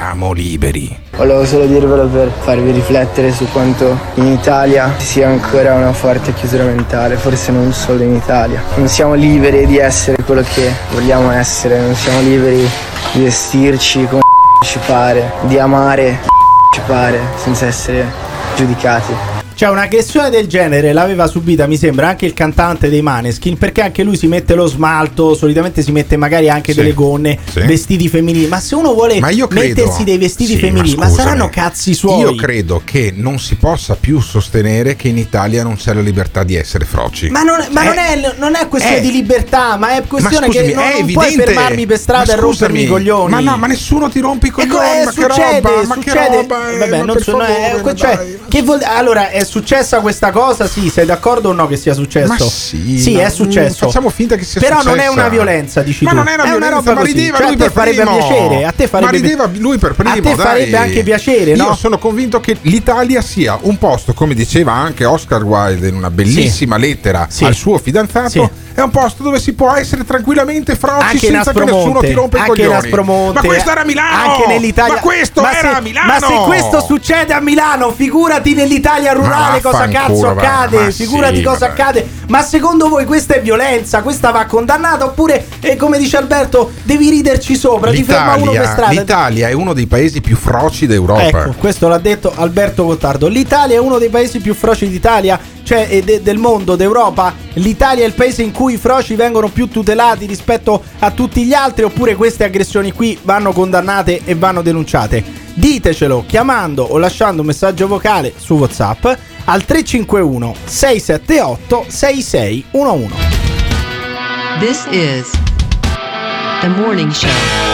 Volevo solo dirvelo per farvi riflettere su quanto in Italia sia ancora una forte chiusura mentale, forse non solo in Italia. Non siamo liberi di essere quello che vogliamo essere, non siamo liberi di vestirci come ci pare, di amare ci pare, senza essere giudicati. Cioè un'aggressione del genere l'aveva subita, mi sembra, anche il cantante dei Maneskin, perché anche lui si mette lo smalto, solitamente si mette magari anche delle gonne, vestiti femminili. Ma se uno vuole mettersi dei vestiti femminili, ma saranno cazzi suoi. Io credo che non si possa più sostenere che in Italia non c'è la libertà di essere froci. Ma non è questione di libertà, ma è questione che non puoi fermarmi per strada e rompermi i coglioni. Ma non ti rompi i coglioni. Succede. Vabbè, non so, allora è successa questa cosa, sì, sei d'accordo o no che sia successo? Ma sì, è successo. Facciamo finta che sia successo. successa. Però non è una violenza, dici ma tu. non è una roba così. Rideva cioè, lui per farebbe primo. Piacere. A te farebbe rideva lui per primo. A te farebbe anche piacere, no? Io sono convinto che l'Italia sia un posto, come diceva anche Oscar Wilde in una bellissima lettera al suo fidanzato. È un posto dove si può essere tranquillamente froci senza che nessuno ti rompa i coglioni. Ma questo era a Milano! Anche nell'Italia. Ma questo era a Milano! Ma se questo succede a Milano, figurati nell'Italia rurale cosa cazzo accade? Figurati cosa accade. Ma secondo voi questa è violenza? Questa va condannata? Oppure, come dice Alberto, devi riderci sopra? Ti ferma uno per strada. L'Italia è uno dei paesi più froci d'Europa. Ecco, questo l'ha detto Alberto Gottardo. L'Italia è uno dei paesi più froci d'Italia, cioè del mondo, d'Europa. L'Italia è il paese in cui i froci vengono più tutelati rispetto a tutti gli altri, oppure queste aggressioni qui vanno condannate e vanno denunciate? Ditecelo chiamando o lasciando un messaggio vocale su WhatsApp al 351 678 6611. This is The Morning Show.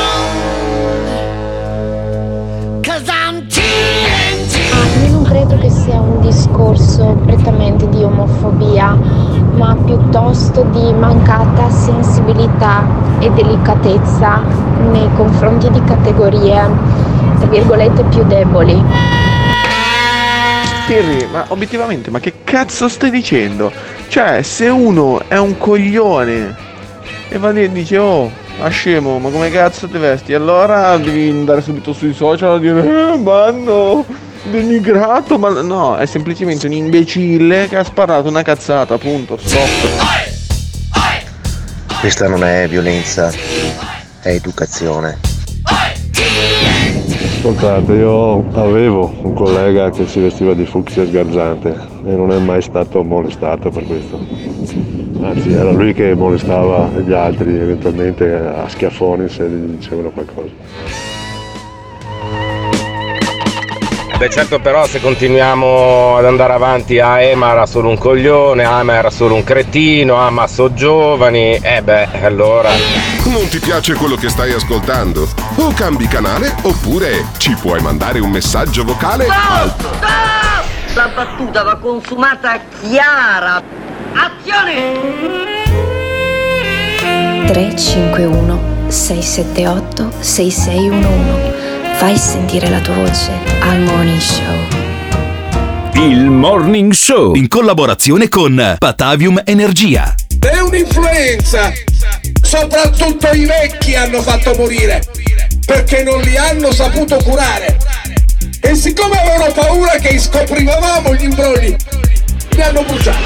Io non credo che sia un discorso prettamente di omofobia, ma piuttosto di mancata sensibilità e delicatezza nei confronti di categorie, tra virgolette, più deboli. Pirri, ma obiettivamente, ma che cazzo stai dicendo? Cioè, se uno è un coglione e va lì e dice ma scemo, ma come cazzo ti vesti? Allora devi andare subito sui social a dire ma no, denigrato, ma no, è semplicemente un imbecille che ha sparato una cazzata, punto, stop. Questa non è violenza, è educazione. Ascoltate, io avevo un collega che si vestiva di fucsia sgargiante e non è mai stato molestato per questo. Anzi, era lui che molestava gli altri eventualmente a schiaffoni se gli dicevano qualcosa. Beh certo, però se continuiamo ad andare avanti ma era solo un coglione, ma era solo un cretino, ma so giovani, allora... Non ti piace quello che stai ascoltando? O cambi canale oppure ci puoi mandare un messaggio vocale al... La battuta va consumata chiara. Azione! 351 678 6611. Fai sentire la tua voce al Morning Show. Il Morning Show in collaborazione con Patavium Energia. È un'influenza. Soprattutto i vecchi hanno fatto morire perché non li hanno saputo curare. E siccome avevano paura che scoprivamo gli imbrogli, li hanno bruciati.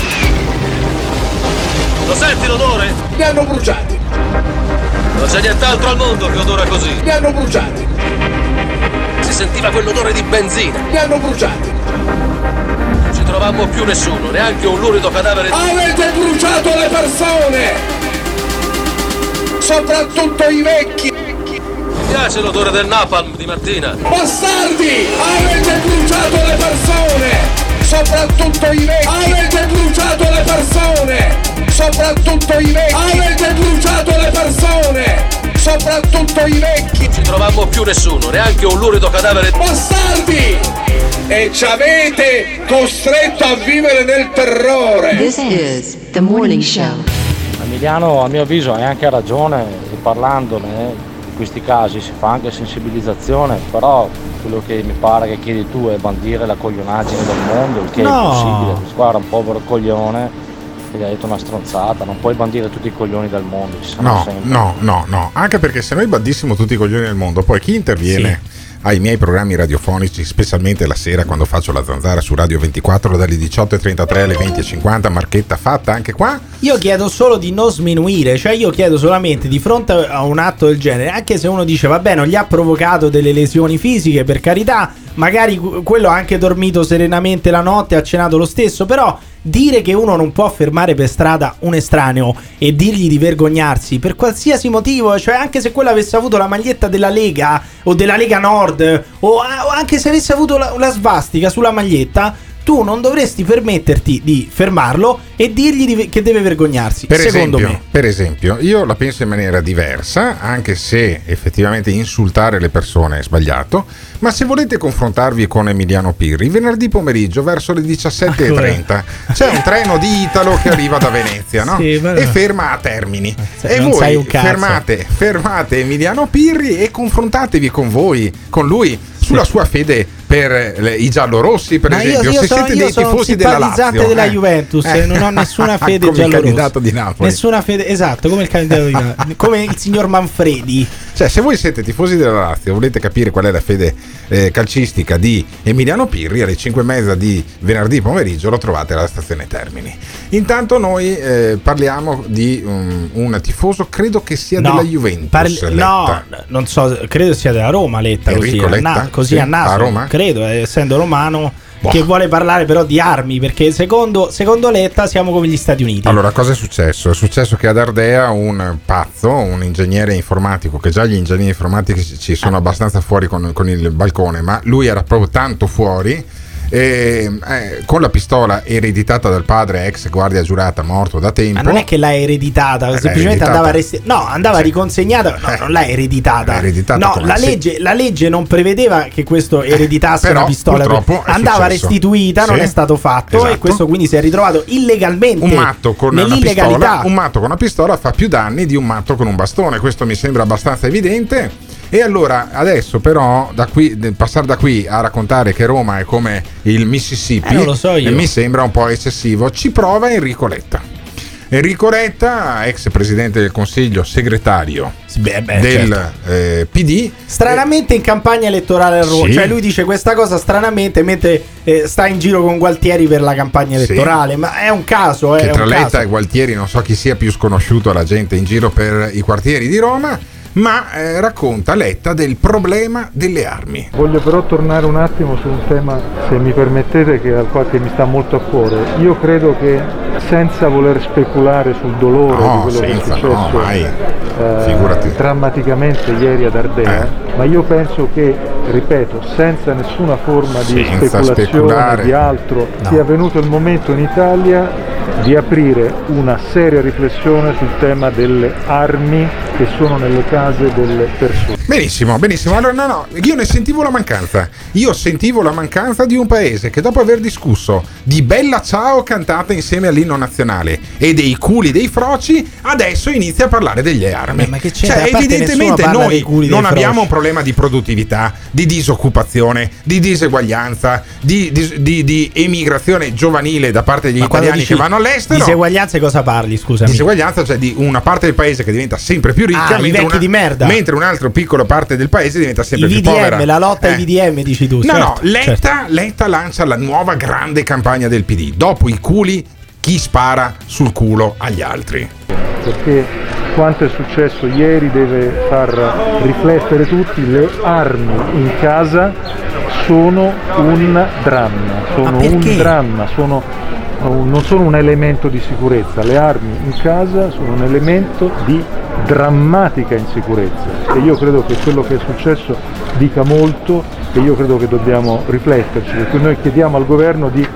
Lo senti l'odore? Li hanno bruciati. Non c'è nient'altro al mondo che odora così. Li hanno bruciati. Si sentiva quell'odore di benzina. Li hanno bruciati. Non ci trovammo più nessuno, neanche un lurido cadavere. Avete bruciato le persone! Soprattutto i vecchi! Mi piace l'odore del napalm di mattina. Bastardi! Avete bruciato le persone! Soprattutto i vecchi! Avete bruciato le persone! Soprattutto i vecchi! Avete bruciato le persone! Soprattutto i vecchi! Non ci trovammo più nessuno, neanche un lurido cadavere. Bastardi! E ci avete costretto a vivere nel terrore! This is The Morning Show. Emiliano, a mio avviso, hai anche ragione, parlandone di questi casi si fa anche sensibilizzazione, però quello che mi pare che chiedi tu è bandire la coglionaggine del mondo, il che è impossibile. Questo qua era un povero coglione che gli ha detto una stronzata, non puoi bandire tutti i coglioni del mondo, ci sono sempre. No, anche perché se noi bandissimo tutti i coglioni del mondo, poi chi interviene? Sì. Ai miei programmi radiofonici, specialmente la sera quando faccio la zanzara su Radio 24 dalle 18.33 alle 20.50, marchetta fatta anche qua. Io chiedo solo di non sminuire, cioè io chiedo solamente di fronte a un atto del genere, anche se uno dice vabbè non gli ha provocato delle lesioni fisiche, per carità, magari quello ha anche dormito serenamente la notte, ha cenato lo stesso, però dire che uno non può fermare per strada un estraneo e dirgli di vergognarsi per qualsiasi motivo, cioè anche se quello avesse avuto la maglietta della Lega o della Lega Nord o anche se avesse avuto la svastica sulla maglietta, tu non dovresti permetterti di fermarlo e dirgli che deve vergognarsi. Secondo me. Per esempio, io la penso in maniera diversa, anche se effettivamente insultare le persone è sbagliato, ma se volete confrontarvi con Emiliano Pirri, venerdì pomeriggio verso le 17:30 c'è un treno di Italo che arriva da Venezia, no? Sì, e ferma a Termini. E voi fermate Emiliano Pirri e confrontatevi con lui sulla sua fede per i giallorossi, per esempio. Se siete dei tifosi della Lazio, della Juventus, non ho nessuna fede come il candidato di Napoli. Nessuna fede, esatto, come il candidato di Napoli, come il signor Manfredi. Cioè, se voi siete tifosi della Lazio, volete capire qual è la fede calcistica di Emiliano Pirri, alle 5:30 di venerdì pomeriggio lo trovate alla stazione Termini. Intanto noi parliamo di un tifoso, credo che sia della Juventus. No, non so, credo sia della Roma, Letta. Così a naso, a Roma? Credo, essendo romano, che vuole parlare però di armi, perché secondo Letta siamo come gli Stati Uniti. Allora, cosa è successo? È successo che ad Ardea un pazzo, un ingegnere informatico, che già gli ingegneri informatici ci sono abbastanza fuori con il balcone, ma lui era proprio tanto fuori, con la pistola ereditata dal padre, ex guardia giurata, morto da tempo. Ma non è che l'ha ereditata, semplicemente andava riconsegnata. No, non l'ha ereditata. La legge non prevedeva che questo ereditasse una pistola, andava restituita, non è stato fatto, esatto. E questo quindi si è ritrovato illegalmente un matto con una pistola fa più danni di un matto con un bastone, questo mi sembra abbastanza evidente. E allora adesso però passare da qui a raccontare che Roma è come il Mississippi non lo so io. Mi sembra un po' eccessivo. Ci prova Enrico Letta, ex presidente del Consiglio, segretario del PD, stranamente in campagna elettorale a Roma, cioè lui dice questa cosa stranamente mentre sta in giro con Gualtieri per la campagna elettorale, ma è un caso che tra Letta e Gualtieri non so chi sia più sconosciuto alla gente in giro per i quartieri di Roma. Ma racconta Letta del problema delle armi. Voglio però tornare un attimo su un tema, se mi permettete, che mi sta molto a cuore. Io credo che, senza voler speculare sul dolore di quello che è successo drammaticamente ieri ad Ardea, ma io penso che, ripeto, senza nessuna forma di speculazione di altro, sia venuto il momento in Italia di aprire una seria riflessione sul tema delle armi che sono nelle case delle persone. Benissimo. Allora io ne sentivo la mancanza. Io sentivo la mancanza di un paese che, dopo aver discusso di Bella Ciao cantata insieme all'inno nazionale e dei culi dei froci, adesso inizia a parlare delle armi. Ma che c'è? Cioè, evidentemente noi non abbiamo un problema di produttività, di disoccupazione, di diseguaglianza, di emigrazione giovanile da parte degli italiani che vanno all'estero. Diseguaglianza, cosa parli? Scusami. Diseguaglianza, cioè di una parte del paese che diventa sempre più ricca, mentre un altro piccolo parte del paese diventa sempre più povera. La lotta ai VDM, dici tu. Letta lancia la nuova grande campagna del PD. Dopo i culi, chi spara sul culo agli altri. Perché quanto è successo ieri deve far riflettere tutti. Le armi in casa sono un dramma, non sono un elemento di sicurezza. Le armi in casa sono un elemento di drammatica insicurezza, e io credo che quello che è successo dica molto, e io credo che dobbiamo rifletterci, perché noi chiediamo al governo di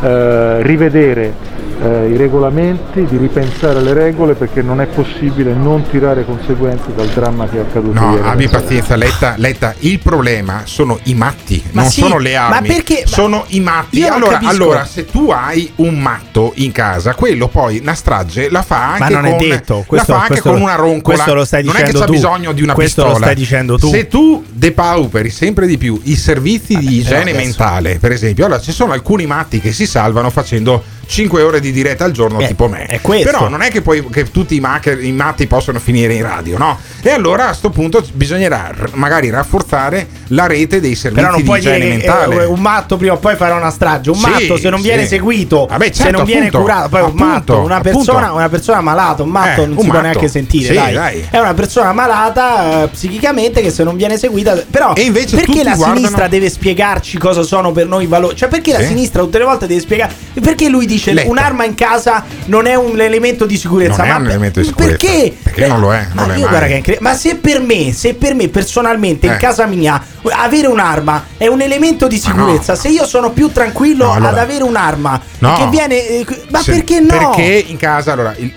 rivedere i regolamenti, di ripensare le regole, perché non è possibile non tirare conseguenze dal dramma che è accaduto ieri. Abbi pazienza, Letta, il problema sono i matti, sono le armi, ma perché? Sono i matti. Allora, se tu hai un matto in casa, quello poi una strage la fa anche con una roncola. Questo lo stai dicendo, non è che c'ha bisogno di una questo pistola. Lo stai dicendo tu. Se tu depauperi sempre di più i servizi di igiene mentale, per esempio, allora ci sono alcuni matti che si salvano facendo 5 ore di di dirette al giorno, tipo me. È questo. Però non è che poi che tutti i matti possono finire in radio, no? E allora a sto punto bisognerà magari rafforzare la rete dei servizi di igiene mentale. Un matto prima o poi farà una strage. Un matto se non viene seguito, se non viene curato, poi un matto, una persona malata, un matto non si può neanche sentire, dai. È una persona malata psichicamente che se non viene seguita, però e invece perché la sinistra deve spiegarci cosa sono per noi i valori? Cioè perché la sinistra tutte le volte deve spiegare? Perché lui dice un'arma in casa non è un elemento di sicurezza? Non è un elemento di sicurezza. Perché non lo è? Non io guarda che ma se per me personalmente in casa mia avere un'arma è un elemento di sicurezza, se io sono più tranquillo ad avere un'arma che viene perché no? Perché in casa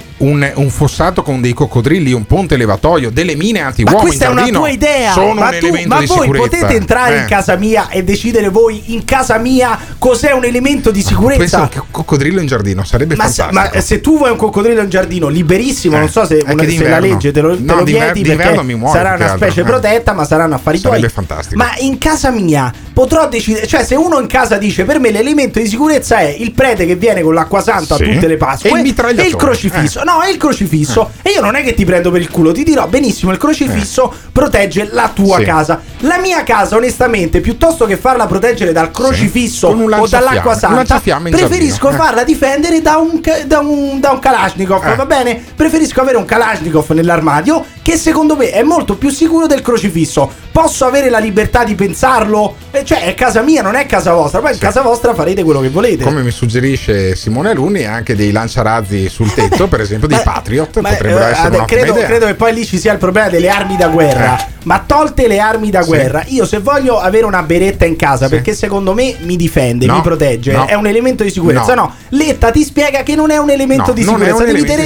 un fossato con dei coccodrilli, un ponte levatoio, delle mine anti-uomo in questa giardino, è una tua idea. sono un elemento di voi sicurezza. Potete entrare in casa mia e decidere voi in casa mia cos'è un elemento di sicurezza? Penso che un coccodrillo in giardino sarebbe fantastico. Ma se tu vuoi un coccodrillo in giardino liberissimo, non so se la legge te lo vieti, perché sarà una specie protetta, ma saranno affari tuoi. Sarebbe fantastico. Ma in casa mia potrò decidere, cioè se uno in casa dice per me l'elemento di sicurezza è il prete che viene con l'acqua santa a tutte le Pasque e il crocifisso. No, è il crocifisso. E io non è che ti prendo per il culo, ti dirò benissimo, il crocifisso protegge la tua casa. La mia casa, onestamente, piuttosto che farla proteggere dal crocifisso o dall'acqua santa, preferisco farla difendere da un Kalashnikov. Va bene? Preferisco avere un Kalashnikov nell'armadio, che secondo me è molto più sicuro del crocifisso. Posso avere la libertà di pensarlo? Cioè è casa mia, non è casa vostra. Poi in casa vostra farete quello che volete. Come mi suggerisce Simone Alunni, anche dei lanciarazzi sul tetto, per esempio dei Patriot, potrebbero essere un'ottima idea. Credo che poi lì ci sia il problema delle armi da guerra. Ma tolte le armi da guerra, io se voglio avere una beretta in casa perché secondo me mi difende, mi protegge, è un elemento di sicurezza. No, Letta ti spiega che non è un elemento di sicurezza.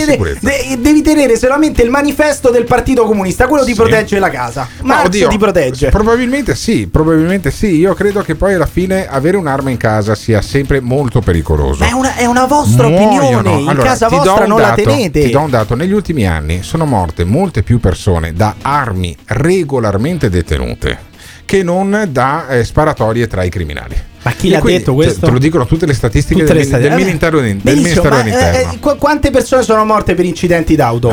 Devi tenere solamente il manifesto del Partito Comunista, quello ti protegge la casa. Marx ti protegge. Probabilmente sì. Io credo che poi alla fine avere un'arma in casa sia sempre molto pericoloso. Ma è una vostra opinione. In casa vostra non la tenete. Ti do un dato: negli ultimi anni sono morte molte più persone da armi regolarmente detenute che non da sparatorie tra i criminali. Ma chi l'ha detto questo? Te lo dicono tutte le statistiche del Ministero dell'Interno. Quante persone sono morte per incidenti d'auto?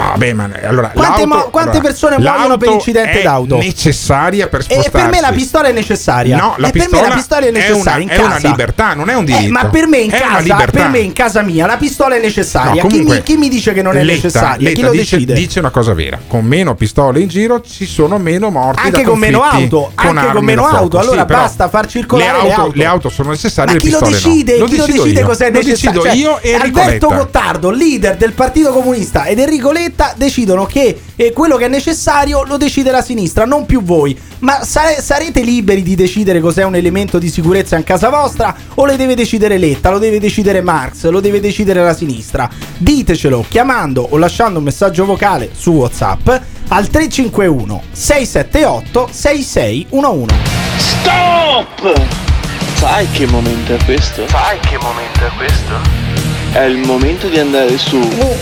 Quante persone muoiono per incidenti d'auto? È necessaria per spostarsi. E per me la pistola è necessaria. No, la pistola è necessaria. È una libertà, non è un diritto. Ma per me in casa mia la pistola è necessaria. Chi mi dice che non è necessaria? Chi lo decide? Dice una cosa vera: con meno pistole in giro ci sono meno morti. Anche con meno auto. Allora basta far circolare le auto. Sono necessarie. Ma chi lo decide? No. Chi lo decide cos'è necessario? Lo decido io e Enrico Alberto Gottardo, leader del Partito Comunista, ed Enrico Letta decidono che quello che è necessario lo decide la sinistra, non più voi. Ma sarete liberi di decidere cos'è un elemento di sicurezza in casa vostra? O le deve decidere Letta, lo deve decidere Marx, lo deve decidere la sinistra? Ditecelo chiamando o lasciando un messaggio vocale su WhatsApp al 351 678 6611. Stop! Sai che momento è questo? È il momento di andare su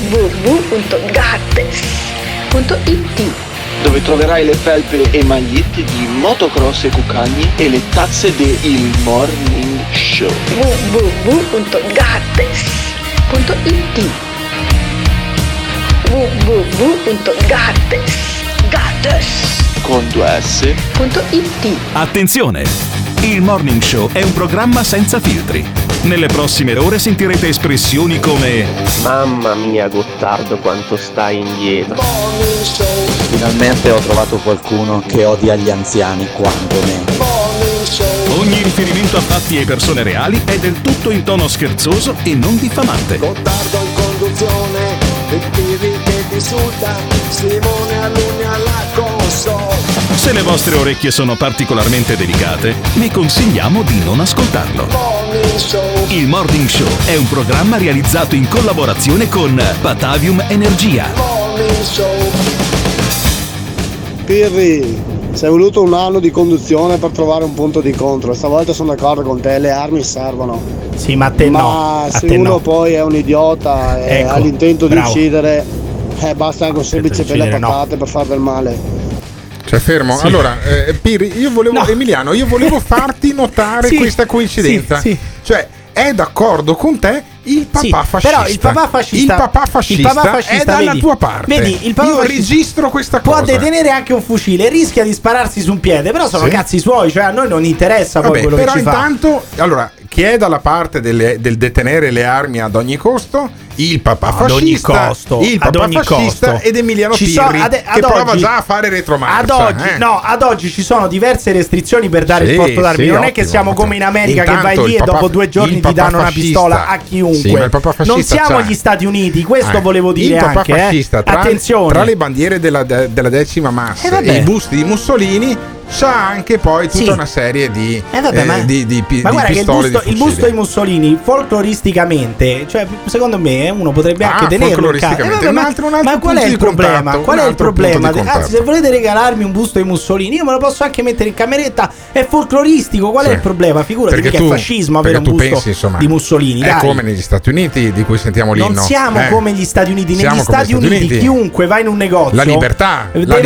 www.gattes.it, dove troverai le felpe e magliette di motocross e cucagni e le tazze de Il Morning Show. www.gattes.it, www.gattes con 2s.it. Attenzione! Il Morning Show è un programma senza filtri. Nelle prossime ore sentirete espressioni come: mamma mia Gottardo, quanto stai indietro. Finalmente ho trovato qualcuno che odia gli anziani quanto me. Ogni riferimento a fatti e persone reali è del tutto in tono scherzoso e non diffamante. Gottardo in conduzione, il TV che ti insulta, Simone Alunni alla console. Se le vostre orecchie sono particolarmente delicate, vi consigliamo di non ascoltarlo. Il Morning Show è un programma realizzato in collaborazione con Batavium Energia. Pirri, sei voluto un anno di conduzione per trovare un punto di incontro. Stavolta sono d'accordo con te, le armi servono. Sì, ma a te no. Ma se uno poi è un idiota e ha l'intento di uccidere, basta anche un semplice pelle a patate per far del male. Cioè fermo, sì. Allora Pirri, Emiliano, io volevo farti notare questa coincidenza. Cioè è d'accordo con te il papà fascista. Però il papà fascista è dalla tua parte. Vedi, il papà io registro questa cosa. Può detenere anche un fucile, rischia di spararsi su un piede, però sono cazzi suoi, cioè a noi non interessa poi quello che ci fa. Però intanto, allora, chi è dalla parte del detenere le armi ad ogni costo? Il papà fascista, ed Emiliano Pirri che prova già a fare retromarcia. Ad oggi ci sono diverse restrizioni per dare il porto d'armi. Non è che siamo come in America che vai lì e dopo 2 giorni ti danno una pistola a chiunque. Non siamo gli Stati Uniti, questo volevo dire il anche. Papà fascista, attenzione. Tra le bandiere della 10ª massa e i busti di Mussolini c'ha anche poi tutta una serie di guarda pistole, che il busto di Mussolini folcloristicamente, cioè secondo me uno potrebbe anche tenerlo in casa. Ma qual è il problema? Anzi, se volete regalarmi un busto di Mussolini, io me lo posso anche mettere in cameretta, è folcloristico, qual è il problema? Figurati che è fascismo avere un busto di Mussolini. È come negli Stati Uniti di cui sentiamo l'inno. Non siamo come gli Stati Uniti. Negli Stati Uniti chiunque va in un negozio, la libertà deve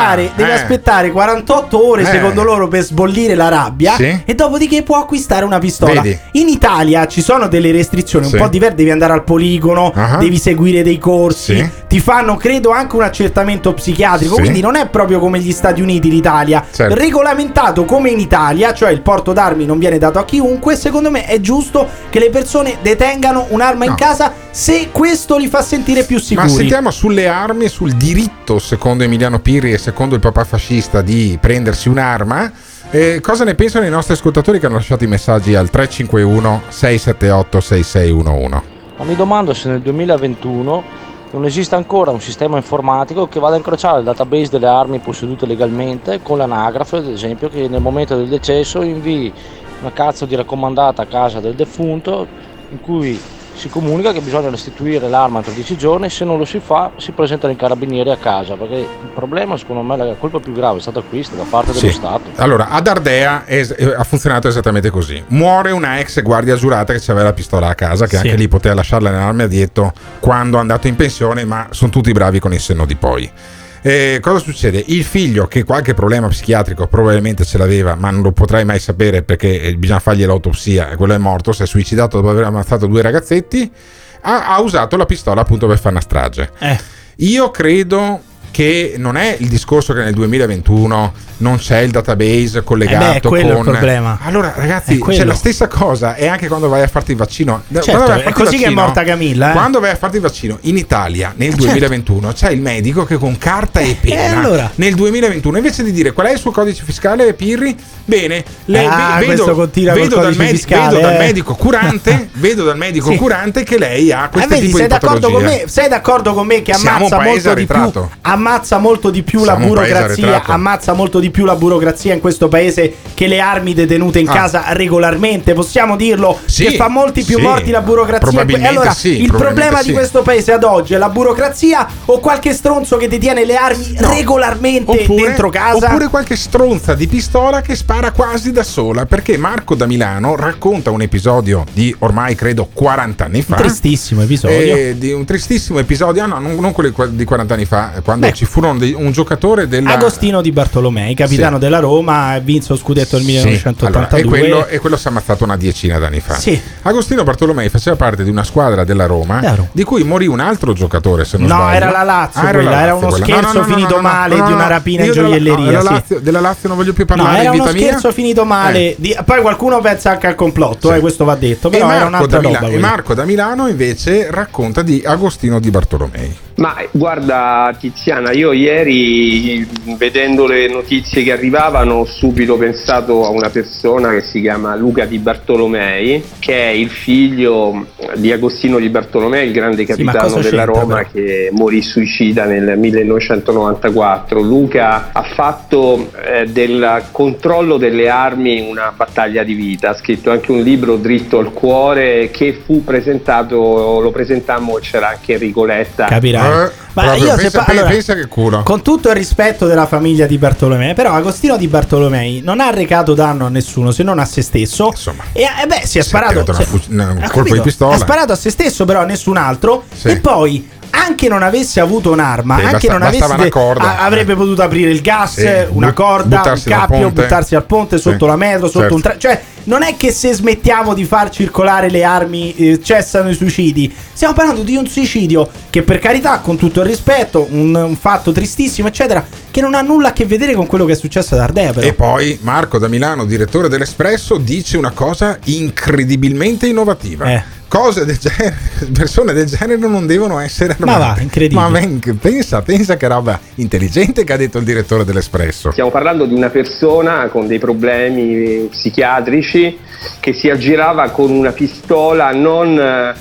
aspettare 48 ore secondo loro per sbollire la rabbia e dopodiché può acquistare una pistola. In Italia ci sono delle restrizioni un po' diverse, devi andare al poligono, devi seguire dei corsi, ti fanno credo anche un accertamento psichiatrico, quindi non è proprio come gli Stati Uniti l'Italia, regolamentato come in Italia, cioè il porto d'armi non viene dato a chiunque. Secondo me è giusto che le persone detengano un'arma in casa se questo li fa sentire più sicuri. Ma sentiamo sulle armi, sul diritto secondo Emiliano Pirri e secondo il papà fascista di prendersi un'arma. Cosa ne pensano i nostri ascoltatori che hanno lasciato i messaggi al 351 678 6611? Ma mi domando se nel 2021 non esiste ancora un sistema informatico che vada a incrociare il database delle armi possedute legalmente con l'anagrafe, ad esempio, che nel momento del decesso invii una cazzo di raccomandata a casa del defunto in cui si comunica che bisogna restituire l'arma entro 10 giorni, se non lo si fa si presentano i carabinieri a casa, perché il problema, secondo me, la colpa più grave è stata questa da parte dello Stato. Allora, ad Ardea ha funzionato esattamente così. Muore una ex guardia giurata che aveva la pistola a casa, che anche lì poteva lasciarla nell'armadietto quando è andato in pensione, ma sono tutti bravi con il senno di poi. Cosa succede? Il figlio, che qualche problema psichiatrico probabilmente ce l'aveva, ma non lo potrai mai sapere perché bisogna fargli l'autopsia, e quello è morto, si è suicidato dopo aver ammazzato 2 ragazzetti, ha usato la pistola appunto per fare una strage. Io credo che non è il discorso che nel 2021 non c'è il database collegato con... È il problema. Allora ragazzi, c'è la stessa cosa, è anche quando vai a farti il vaccino. Certo, è così che è morta Camilla. Quando vai a farti il vaccino in Italia nel 2021 c'è il medico che con carta e penna nel 2021, invece di dire qual è il suo codice fiscale, Pirri, bene, vedo dal medico curante curante che lei ha questo tipo di patologia. Sei d'accordo con me che ammazza molto di più la burocrazia, ammazza molto di più la burocrazia in questo paese che le armi detenute in casa regolarmente, possiamo dirlo, che fa molti più morti la burocrazia. Allora il problema di questo paese ad oggi è la burocrazia o qualche stronzo che detiene le armi regolarmente dentro casa, oppure qualche stronza di pistola che spara quasi da sola, perché Marco da Milano racconta un episodio di ormai credo 40 anni fa, un tristissimo episodio, non quello di 40 anni fa, quando ci furono un giocatore Agostino Di Bartolomei, capitano della Roma, vinse lo scudetto nel 1982. Allora, e quello si è ammazzato una decina d'anni fa. Agostino Bartolomei faceva parte di una squadra della Roma di cui morì un altro giocatore, se non sbaglio. No, era la Lazio, era uno scherzo finito male di una rapina in gioielleria. Della Lazio non voglio più parlare in vita mia. Era uno scherzo finito male. Poi qualcuno pensa anche al complotto, questo va detto, però era un'altra roba. E Marco da Milano invece racconta di Agostino Di Bartolomei. Ma guarda Tiziana, io ieri vedendo le notizie che arrivavano ho subito pensato a una persona che si chiama Luca Di Bartolomei, che è il figlio di Agostino Di Bartolomei, il grande capitano della Roma che morì suicida nel 1994. Luca ha fatto del controllo delle armi una battaglia di vita, ha scritto anche un libro, Dritto al cuore, che fu presentato, lo presentammo, c'era anche Enrico Letta. Capirai. Ma io pensa che culo. Con tutto il rispetto della famiglia Di Bartolomei, però Agostino Di Bartolomei non ha recato danno a nessuno se non a se stesso. Insomma, si è sparato un colpo di pistola. Ha sparato a se stesso, però a nessun altro. E poi anche non avesse avuto un'arma, anche non avesse una corda, avrebbe potuto aprire il gas, una corda, un cappio, buttarsi al ponte, sotto la metro, sotto un cioè non è che se smettiamo di far circolare le armi cessano i suicidi. Stiamo parlando di un suicidio che, per carità, con tutto il rispetto, un fatto tristissimo eccetera, che non ha nulla a che vedere con quello che è successo ad Ardea, però. E poi Marco da Milano, direttore dell'Espresso, dice una cosa incredibilmente innovativa. Cose del genere, persone del genere non devono essere armate. Ma va, incredibile. Ma pensa che roba intelligente che ha detto il direttore dell'Espresso. Stiamo parlando di una persona con dei problemi psichiatrici che si aggirava con una pistola non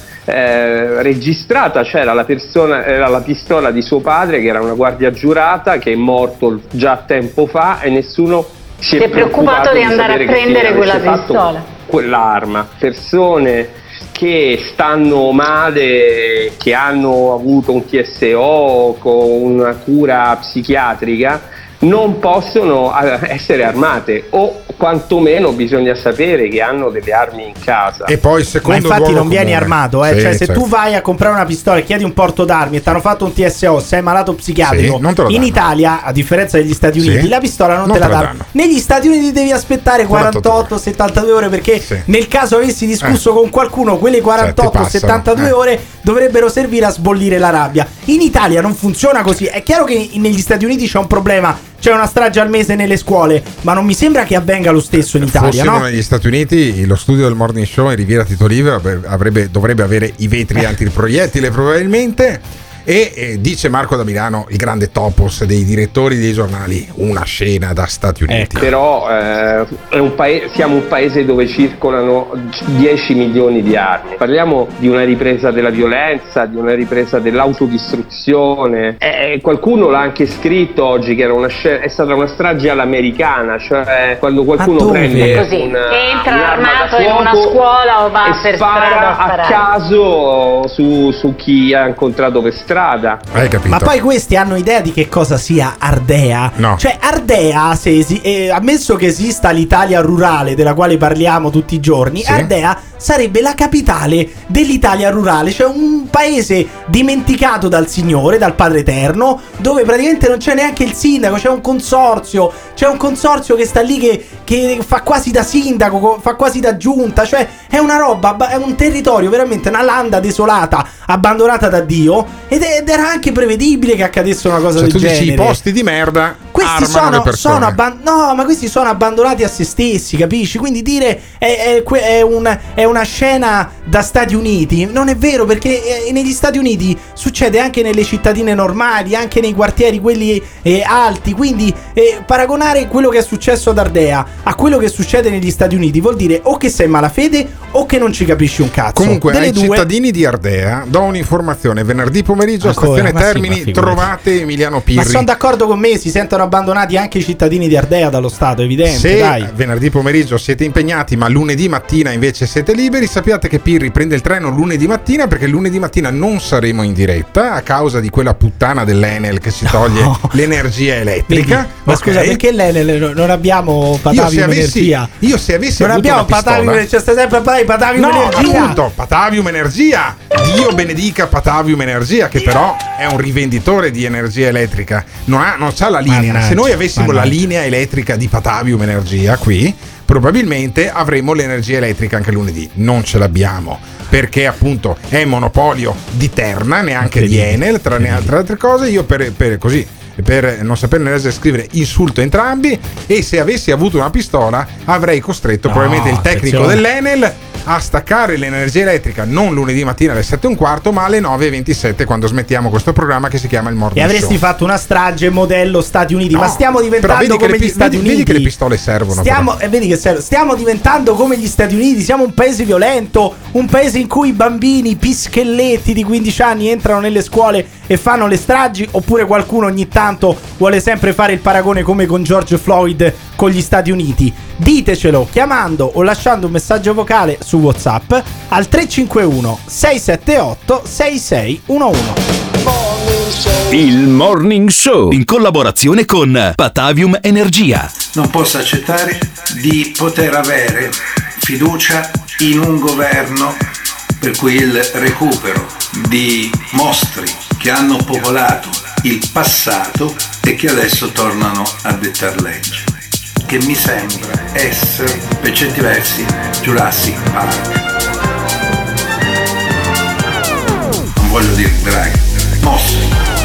registrata, c'era la persona, era la pistola di suo padre che era una guardia giurata che è morto già tempo fa e nessuno si è preoccupato di andare a prendere quella pistola, quell'arma. Persone che stanno male, che hanno avuto un TSO con una cura psichiatrica, non possono essere armate, o quantomeno bisogna sapere che hanno delle armi in casa. E poi secondo ma infatti non vieni armato, sì, cioè se tu vai a comprare una pistola e chiedi un porto d'armi e ti hanno fatto un TSO, sei malato psichiatrico, in Italia, a differenza degli Stati Uniti, la pistola non te la danno. Negli Stati Uniti devi aspettare 48-72 ore, perché nel caso avessi discusso con qualcuno, quelle 48-72 ore dovrebbero servire a sbollire la rabbia. In Italia non funziona così. È chiaro che negli Stati Uniti c'è un problema, c'è una strage al mese nelle scuole, ma non mi sembra che avvenga lo stesso in Italia, no? Negli Stati Uniti lo studio del Morning Show in Riviera Tito Livio dovrebbe avere i vetri antiproiettile probabilmente. E dice Marco da Milano, il grande topos dei direttori dei giornali, una scena da Stati Uniti. Però siamo un paese dove circolano 10 milioni di armi. Parliamo di una ripresa della violenza, di una ripresa dell'autodistruzione. Qualcuno l'ha anche scritto oggi che è stata una strage all'americana, cioè quando qualcuno prende entra armato in una scuola o va per strada a caso su chi ha incontrato per strada. Hai capito? Ma poi questi hanno idea di che cosa sia Ardea? No. Cioè Ardea, ammesso che esista l'Italia rurale della quale parliamo tutti i giorni, Ardea sarebbe la capitale dell'Italia rurale, cioè un paese dimenticato dal Signore, dal Padre Eterno, dove praticamente non c'è neanche il sindaco, c'è un consorzio che sta lì che fa quasi da sindaco, fa quasi da giunta, cioè è una roba, è un territorio veramente, una landa desolata, abbandonata da Dio, ed era anche prevedibile che accadesse una cosa del genere. Tu dici i posti di merda questi armano le persone. No, ma questi sono abbandonati a se stessi, capisci? Quindi dire è una scena da Stati Uniti non è vero, perché negli Stati Uniti succede anche nelle cittadine normali, anche nei quartieri quelli alti. Quindi paragonare quello che è successo ad Ardea a quello che succede negli Stati Uniti vuol dire o che sei in malafede o che non ci capisci un cazzo. Comunque ai cittadini di Ardea do un'informazione: venerdì pomeriggio a Stazione Termini trovate Emiliano Pirri. Ma sono d'accordo con me, si sentono abbandonati anche i cittadini di Ardea dallo Stato, evidente. Se venerdì pomeriggio siete impegnati ma lunedì mattina invece siete liberi, sappiate che Pirri prende il treno lunedì mattina, perché lunedì mattina non saremo in diretta a causa di quella puttana dell'Enel che si toglie l'energia elettrica. Vedi, ma scusa, perché l'Enel non abbiamo Patavium Energia? Io se avessi non avuto abbiamo Patavium, c'è sempre Patavium Energia. Appunto, Patavium Energia. Dio benedica Patavium Energia, che però è un rivenditore di energia elettrica. Non c'ha la linea. Mannaggia, se noi avessimo la linea elettrica di Patavium Energia qui, probabilmente avremo l'energia elettrica anche lunedì. Non ce l'abbiamo, perché appunto è monopolio di Terna, neanche di Enel, tra altre cose. Io per non saperne leggere e scrivere insulto entrambi, e se avessi avuto una pistola avrei costretto probabilmente il tecnico dell'Enel a staccare l'energia elettrica non lunedì mattina alle 7:15 ma alle 9:27, quando smettiamo questo programma che si chiama il Morning Show. E avresti fatto una strage modello Stati Uniti. Ma stiamo diventando come gli Stati Uniti. Vedi che le pistole servono. Stiamo diventando come gli Stati Uniti. Siamo un paese violento, un paese in cui i bambini pischelletti di 15 anni entrano nelle scuole e fanno le stragi, oppure qualcuno ogni tanto vuole sempre fare il paragone come con George Floyd con gli Stati Uniti. Ditecelo chiamando o lasciando un messaggio vocale su WhatsApp al 351 678 6611. Il Morning Show in collaborazione con Patavium Energia. Non posso accettare di poter avere fiducia in un governo per cui il recupero di mostri che hanno popolato il passato e che adesso tornano a dettar legge, che mi sembra essere, per certi versi, Jurassic Park. Non voglio dire draghi, mosse.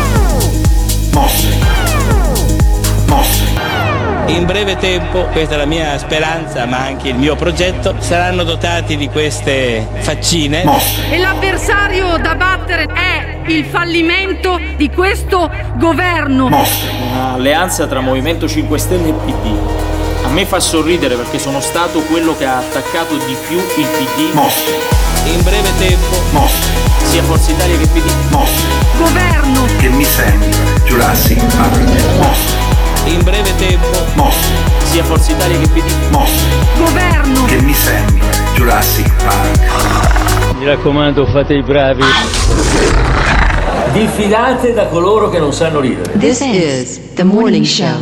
In breve tempo, questa è la mia speranza, ma anche il mio progetto, saranno dotati di queste faccine. E l'avversario da battere è il fallimento di questo governo. Un'alleanza tra Movimento 5 Stelle e PD. A me fa sorridere perché sono stato quello che ha attaccato di più il PD. In breve tempo, sia Forza Italia che PD. Governo che mi sembra Jurassic Park. In breve tempo, sia Forza Italia che PD. Governo che mi sembra Jurassic Park. Mi raccomando, fate i bravi. Diffidate da coloro che non sanno ridere. This is the morning show.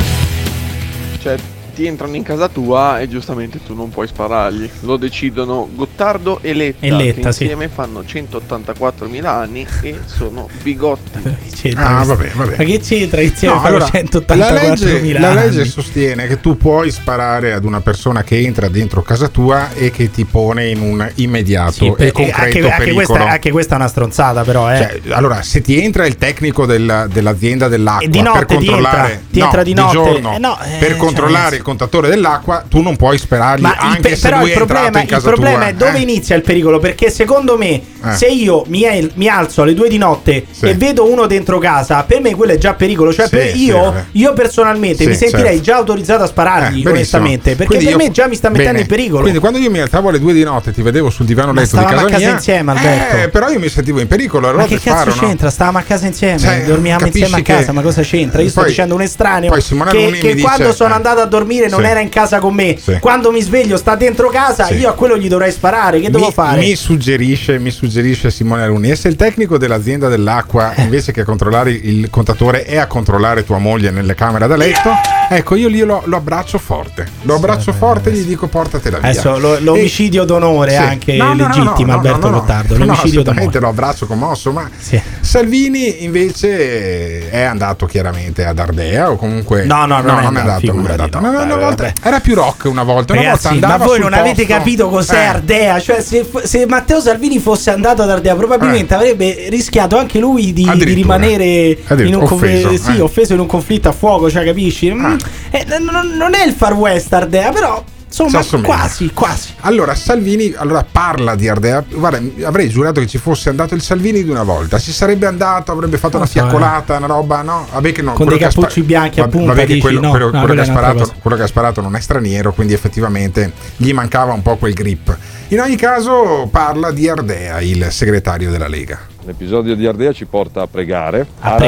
Cioè, ti entrano in casa tua e giustamente tu non puoi sparargli. Lo decidono Gottardo e Letta che insieme fanno 184.000 anni e sono bigotti. Vabbè. Ma che c'entra insieme a 184.000 La legge sostiene che tu puoi sparare ad una persona che entra dentro casa tua e che ti pone in un immediato e concreto pericolo. Anche questa è una stronzata, però. Cioè, allora, se ti entra il tecnico dell'azienda dell'acqua di notte per controllare, ti entra di notte, giorno, per controllare il contatore dell'acqua, tu non puoi sparargli anche se lui è entrato in casa tua. Il problema è dove inizia il pericolo, perché secondo me se io mi alzo alle 2 di notte e vedo uno dentro casa, per me quello è già pericolo. Cioè io personalmente mi sentirei già autorizzato a sparargli, onestamente, perché per me già mi sta mettendo in pericolo. Quindi quando io mi alzavo alle 2 di notte ti vedevo sul divano letto di casa mia insieme, Alberto. Però io mi sentivo in pericolo. Allora ma che cazzo c'entra? Stavamo a casa insieme, dormivamo insieme a casa, ma cosa c'entra? Io sto dicendo un estraneo che quando sono andato a dormire non era in casa con me. Quando mi sveglio sta dentro casa, io a quello gli dovrei sparare. Che devo fare? Mi suggerisce Simone Alunni, e se il tecnico dell'azienda dell'acqua invece che controllare il contatore è a controllare tua moglie nelle camere da letto, ecco, io lì lo abbraccio forte. E gli dico portatela via. Adesso l'omicidio d'onore anche legittimo, Alberto Gottardo. L'omicidio d'onore. Lo abbraccio commosso, ma Salvini invece è andato chiaramente ad Ardea, o comunque non è andato. Una volta era più rock una volta. Ragazzi, ma voi non avete capito cos'è Ardea? Cioè, se Matteo Salvini fosse andato ad Ardea, probabilmente avrebbe rischiato anche lui di rimanere offeso in un conflitto a fuoco, cioè, capisci? Non è il Far West Ardea, però insomma quasi. Allora Salvini parla di Ardea. Guarda, avrei giurato che ci fosse andato il Salvini di una volta, ci sarebbe andato, avrebbe fatto una fiaccolata, una roba, no? Vabbè, che no, con dei cappucci bianchi a punta. Vabbè, che quello che ha sparato non è straniero, quindi effettivamente gli mancava un po' quel grip. In ogni caso parla di Ardea il segretario della Lega. L'episodio di Ardea ci porta a pregare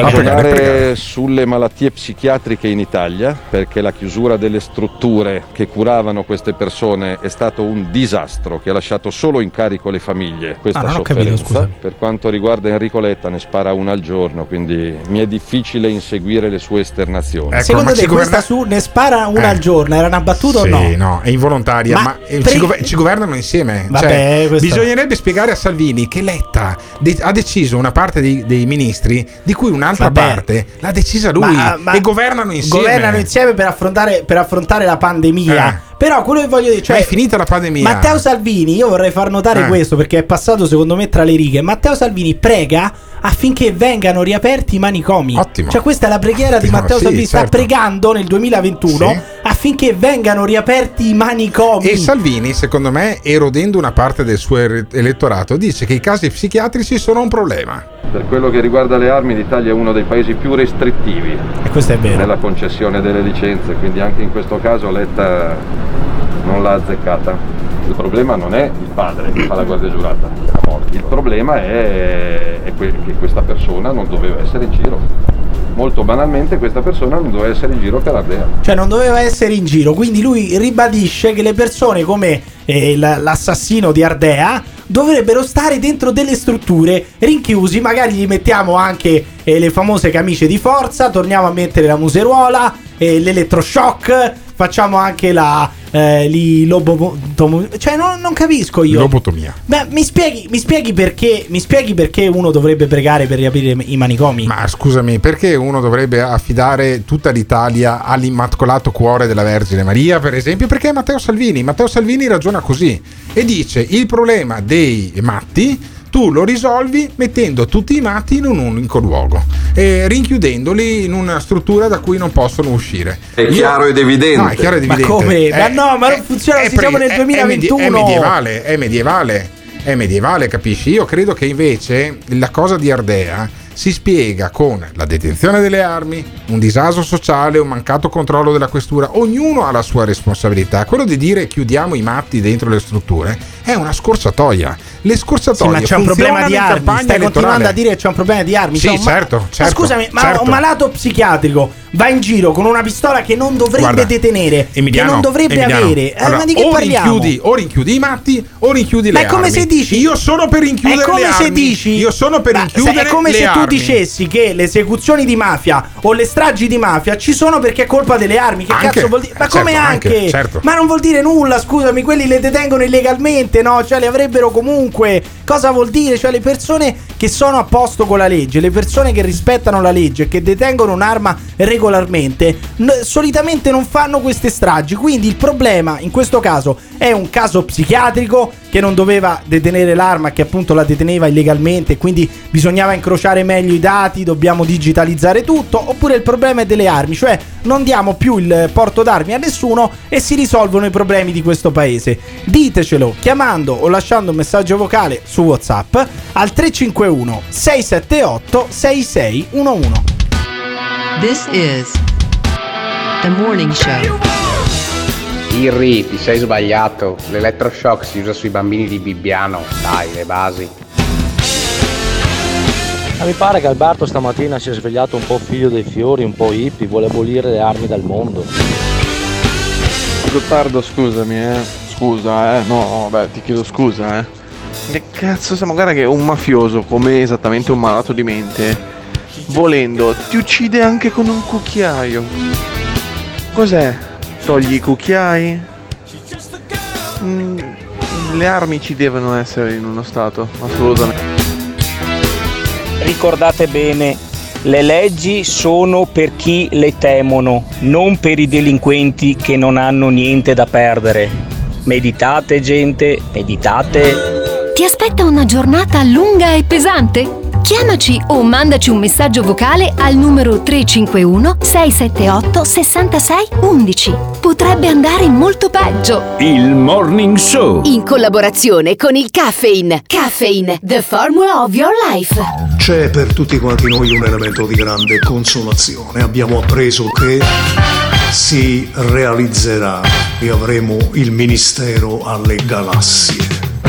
sulle malattie psichiatriche in Italia, perché la chiusura delle strutture che curavano queste persone è stato un disastro che ha lasciato solo in carico le famiglie questa sofferenza. Per quanto riguarda Enrico Letta, ne spara una al giorno, quindi mi è difficile inseguire le sue esternazioni. Secondo te questa ne spara una al giorno era una battuta o no? Sì, no, è involontaria, ma ci governano insieme. Vabbè, bisognerebbe spiegare a Salvini che Letta ha deciso una parte dei ministri, di cui un'altra parte l'ha decisa lui, e governano insieme per affrontare la pandemia. Però quello che voglio dire, cioè, è finita la pandemia. Matteo Salvini, io vorrei far notare questo, perché è passato secondo me tra le righe. Matteo Salvini prega affinché vengano riaperti i manicomi. Ottimo. Cioè, questa è la preghiera di Matteo Salvini. Sta pregando nel 2021 affinché vengano riaperti i manicomi. E Salvini, secondo me, erodendo una parte del suo elettorato, dice che i casi psichiatrici sono un problema. Per quello che riguarda le armi, l'Italia è uno dei paesi più restrittivi nella concessione delle licenze, quindi anche in questo caso Letta non l'ha azzeccata. Il problema non è il padre che fa la guardia giurata, il problema è che questa persona non doveva essere in giro. Molto banalmente questa persona non doveva essere in giro per Ardea. Cioè non doveva essere in giro, quindi lui ribadisce che le persone come l'assassino di Ardea dovrebbero stare dentro delle strutture rinchiusi. Magari gli mettiamo anche le famose camicie di forza, torniamo a mettere la museruola, l'elettroshock, facciamo anche cioè non capisco io. Lobotomia. Beh, mi spieghi perché uno dovrebbe pregare per riaprire i manicomi? Ma scusami, perché uno dovrebbe affidare tutta l'Italia all'Immacolato Cuore della Vergine Maria, per esempio? Perché Matteo Salvini ragiona così e dice: il problema dei matti tu lo risolvi mettendo tutti i matti in un unico luogo e rinchiudendoli in una struttura da cui non possono uscire. È chiaro ed evidente. No, è chiaro ed evidente. Ma come? Ma non funziona, siamo nel 2021. È medievale, capisci? Io credo che invece la cosa di Ardea si spiega con la detenzione delle armi, un disagio sociale, un mancato controllo della questura. Ognuno ha la sua responsabilità. Quello di dire chiudiamo i matti dentro le strutture è una scorsatoia. Le scorsatoie, sì, ma c'è un problema di armi. Stai continuando a dire che c'è un problema di armi. Sì, certo. Ma scusami, ma un malato psichiatrico va in giro con una pistola che non dovrebbe detenere, Emiliano, che non dovrebbe avere. Allora, ma di che parliamo? O rinchiudi i matti o rinchiudi le armi. Ma è come se dici, io sono per rinchiudere le armi. È come se dici, io sono per rinchiudere le armi. È come se tu dicessi che le esecuzioni di mafia o le stragi di mafia ci sono perché è colpa delle armi. Che anche, cazzo vuol dire? Ma come anche? Certo. Ma non vuol dire nulla, scusami, quelli le detengono illegalmente, no? Cioè le avrebbero comunque. Cosa vuol dire? Cioè le persone che sono a posto con la legge, le persone che rispettano la legge e che detengono un'arma regolarmente, solitamente non fanno queste stragi. Quindi il problema in questo caso è un caso psichiatrico che non doveva detenere l'arma, che appunto la deteneva illegalmente, quindi bisognava incrociare meglio i dati, dobbiamo digitalizzare tutto. Oppure il problema è delle armi, cioè non diamo più il porto d'armi a nessuno e si risolvono i problemi di questo paese. Ditecelo chiamando o lasciando un messaggio vocale su WhatsApp al 351 678 6611. This is The Morning Show. Irri, ti sei sbagliato. L'elettroshock si usa sui bambini di Bibbiano. Dai, le basi. Ma mi pare che Alberto stamattina sia svegliato un po' figlio dei fiori, un po' hippie, vuole abolire le armi dal mondo. Gottardo, scusami, Scusa, no, beh, ti chiedo scusa, Che cazzo siamo? Guarda che un mafioso, come esattamente un malato di mente, volendo, ti uccide anche con un cucchiaio. Cos'è? Togli i cucchiai? Le armi ci devono essere in uno stato, assolutamente. Ricordate bene, le leggi sono per chi le temono, non per i delinquenti che non hanno niente da perdere. Meditate, gente, meditate. Ti aspetta una giornata lunga e pesante? Chiamaci o mandaci un messaggio vocale al numero 351 678 66 11. Potrebbe andare molto peggio. Il Morning Show, in collaborazione con il Caffeine. Caffeine, the formula of your life. C'è per tutti quanti noi un elemento di grande consolazione. Abbiamo appreso che si realizzerà e avremo il ministero alle galassie.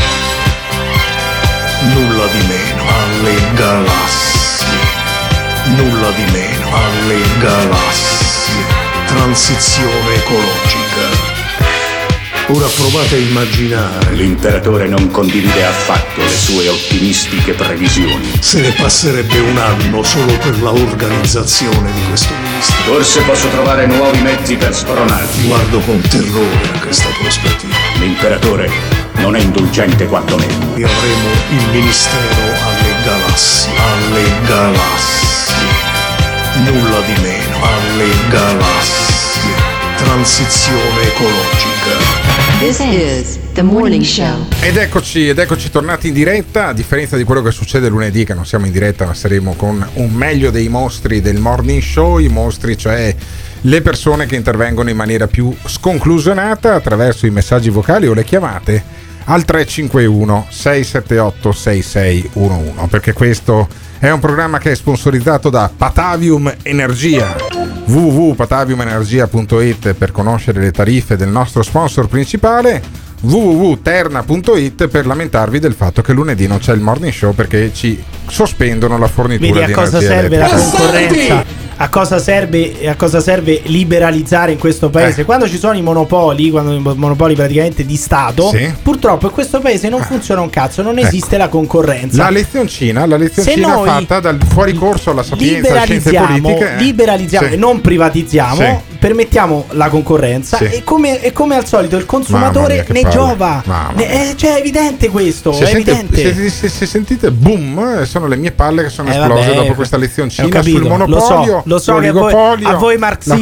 Nulla di meno alle galassie. Nulla di meno alle galassie. Transizione ecologica. Ora provate a immaginare. L'imperatore non condivide affatto le sue ottimistiche previsioni. Se ne passerebbe un anno solo per la organizzazione di questo ministero. Forse posso trovare nuovi mezzi per spronarti. Guardo con terrore a questa prospettiva. L'imperatore non è indulgente quantomeno. E avremo il ministero alle galassie. Alle galassie. Nulla di meno alle galassie. Transizione ecologica. This is The Morning Show. Ed eccoci tornati in diretta. A differenza di quello che succede lunedì, che non siamo in diretta ma saremo con un meglio dei mostri del Morning Show. I mostri, cioè le persone che intervengono in maniera più sconclusionata attraverso i messaggi vocali o le chiamate al 351 678 6611, perché questo è un programma che è sponsorizzato da Patavium Energia. www.pataviumenergia.it per conoscere le tariffe del nostro sponsor principale, www.terna.it per lamentarvi del fatto che lunedì non c'è il Morning Show perché ci sospendono la fornitura di energia elettrica. Vedi a cosa serve la concorrenza? A cosa serve liberalizzare in questo paese? Quando ci sono i monopoli, praticamente di Stato, sì, purtroppo in questo paese non funziona un cazzo, non esiste la concorrenza. La lezioncina fatta dal fuoricorso alla sapienza, alle scienze politiche. Liberalizziamo, sì, e non privatizziamo, sì, permettiamo la concorrenza e come al solito il consumatore ne giova. Cioè è evidente questo, è evidente. Se sentite boom, sono le mie palle che sono esplose dopo questa lezioncina sul monopolio, lo so che a voi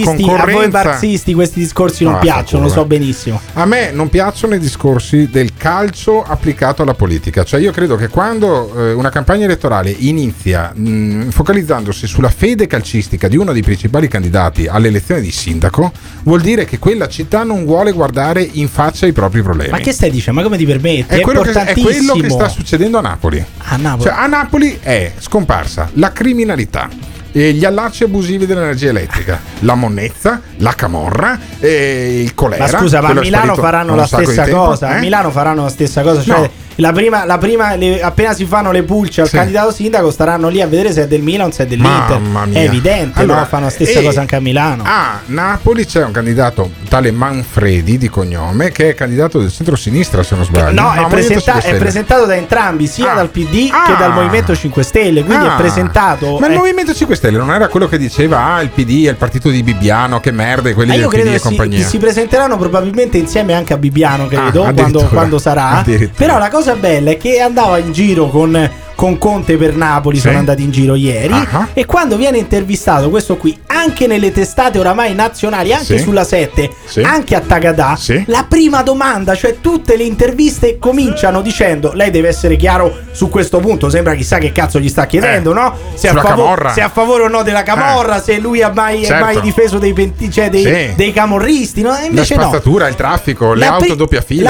marxisti questi discorsi non piacciono, lo so benissimo. A me non piacciono i discorsi del calcio applicato alla politica. Cioè io credo che quando una campagna elettorale inizia focalizzandosi sulla fede calcistica di uno dei principali candidati alle elezioni di sindaco, vuol dire che quella città non vuole guardare in faccia i propri problemi. Ma che stai dicendo? Ma come ti permetti? È quello che sta succedendo a Napoli. Cioè, a Napoli è scomparsa la criminalità, gli allacci abusivi dell'energia elettrica, la monnezza, la camorra, il colera. Ma scusa, ma a Milano faranno la stessa cosa? A Milano faranno la stessa cosa? Cioè, no. La prima appena si fanno le pulce al candidato sindaco, staranno lì a vedere se è del Milan o se è dell'Inter. È evidente, allora, no? Fanno la stessa cosa anche a Milano. A Napoli c'è un candidato tale Manfredi di cognome, che è candidato del centro-sinistra, se non sbaglio. No, è presentato da entrambi, sia dal PD che dal Movimento 5 Stelle. Quindi è presentato. Ma il Movimento 5 Stelle non era quello che diceva il PD è il partito di Bibbiano, che merda, quelli del PD e compagnia. Si presenteranno probabilmente insieme anche a Bibbiano, credo, quando sarà. Però la cosa bella è che andava in giro con Conte per Napoli, sono andati in giro ieri, e quando viene intervistato questo qui anche nelle testate oramai nazionali, anche sulla 7, anche a Tagadà, la prima domanda, cioè tutte le interviste cominciano dicendo: lei deve essere chiaro su questo punto, sembra chissà che cazzo gli sta chiedendo, no? Se è a favore o no della camorra, se lui ha mai difeso dei camorristi, no? Invece la spazzatura, il traffico, le auto a doppia fila,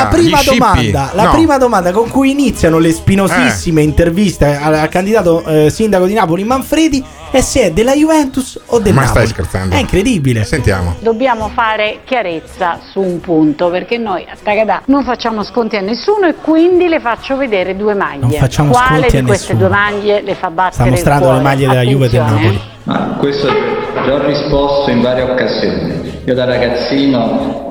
la prima domanda con cui iniziano le spinosissime interviste al candidato sindaco di Napoli Manfredi è se è della Juventus o del Napoli. Ma stai scherzando? È incredibile. Sentiamo. Dobbiamo fare chiarezza su un punto, perché noi a Tagadà non facciamo sconti a nessuno e quindi le faccio vedere due maglie. Non facciamo Quale sconti a di queste nessuno. due maglie le fa battere? Sta mostrando le maglie della Juve e del Napoli. Ma questo già ho risposto in varie occasioni. Io da ragazzino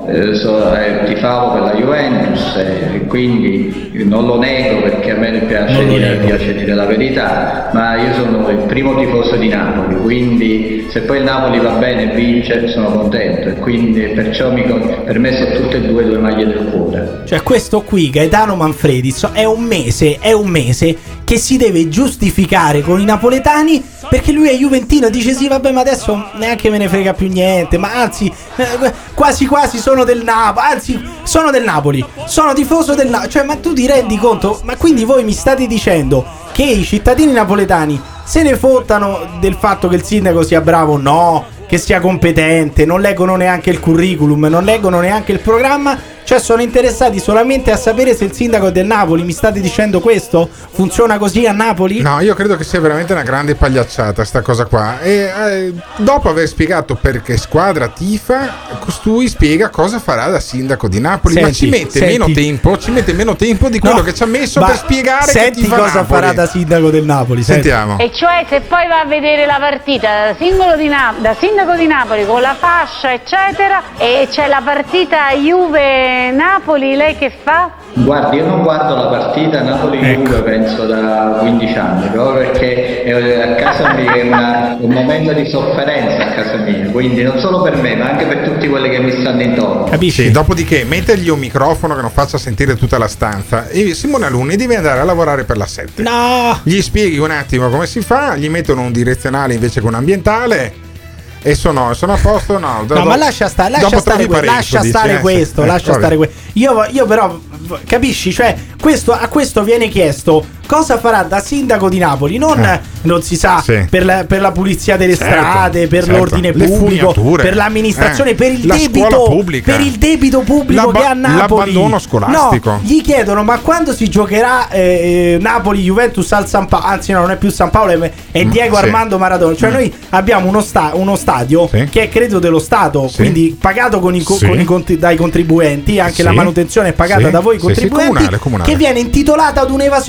tifavo per la Juventus e quindi non lo nego, perché a me piace dire la verità, ma io sono il primo tifoso di Napoli, quindi se poi il Napoli va bene e vince sono contento, e quindi perciò per me sono tutte e due maglie del cuore. Cioè questo qui, Gaetano Manfredi, è un mese che si deve giustificare con i napoletani perché lui è juventino e dice sì vabbè, ma adesso neanche me ne frega più niente, ma anzi quasi sono del Napoli, anzi sono del Napoli, sono tifoso del Napoli. Cioè, ma tu ti rendi conto? Ma quindi voi mi state dicendo che i cittadini napoletani se ne fottano del fatto che il sindaco sia bravo o no, che sia competente, non leggono neanche il curriculum, non leggono neanche il programma, cioè sono interessati solamente a sapere se il sindaco è del Napoli? Mi state dicendo questo? Funziona così a Napoli? No, io credo che sia veramente una grande pagliacciata sta cosa qua. E dopo aver spiegato perché squadra tifa, costui spiega cosa farà da sindaco di Napoli. Ma ci mette meno tempo di quello che ci ha messo per spiegare che tifa cosa Napoli. Farà da sindaco del Napoli. Sentiamo. E cioè, se poi va a vedere la partita da sindaco di Napoli con la fascia eccetera, e c'è la partita Juve-Napoli, lei che fa? Guardi, io non guardo la partita Napoli-Juve penso da 15 anni, proprio perché a casa mia è un momento di sofferenza a casa mia, quindi non solo per me ma anche per tutti quelli che mi stanno intorno. Capisci? Sì, dopodiché mettergli un microfono che non faccia sentire tutta la stanza, e Simone Alunni deve andare a lavorare per la 7. No! Gli spieghi un attimo come si fa, gli mettono un direzionale invece che un ambientale. E sono a posto? No, ma lascia stare questo. Io però, capisci? Cioè, a questo viene chiesto cosa farà da sindaco di Napoli, non si sa, per la pulizia delle strade, per l'ordine pubblico, per l'amministrazione, per il debito pubblico che ha Napoli, l'abbandono scolastico. No, gli chiedono: ma quando si giocherà Napoli-Juventus al San Paolo? Anzi no, non è più San Paolo, è Diego Armando Maradona. Cioè noi abbiamo uno stadio che è credo dello Stato, quindi pagato dai contribuenti, anche la manutenzione è pagata da voi contribuenti, comunale. Che viene intitolata ad un evasore fiscale.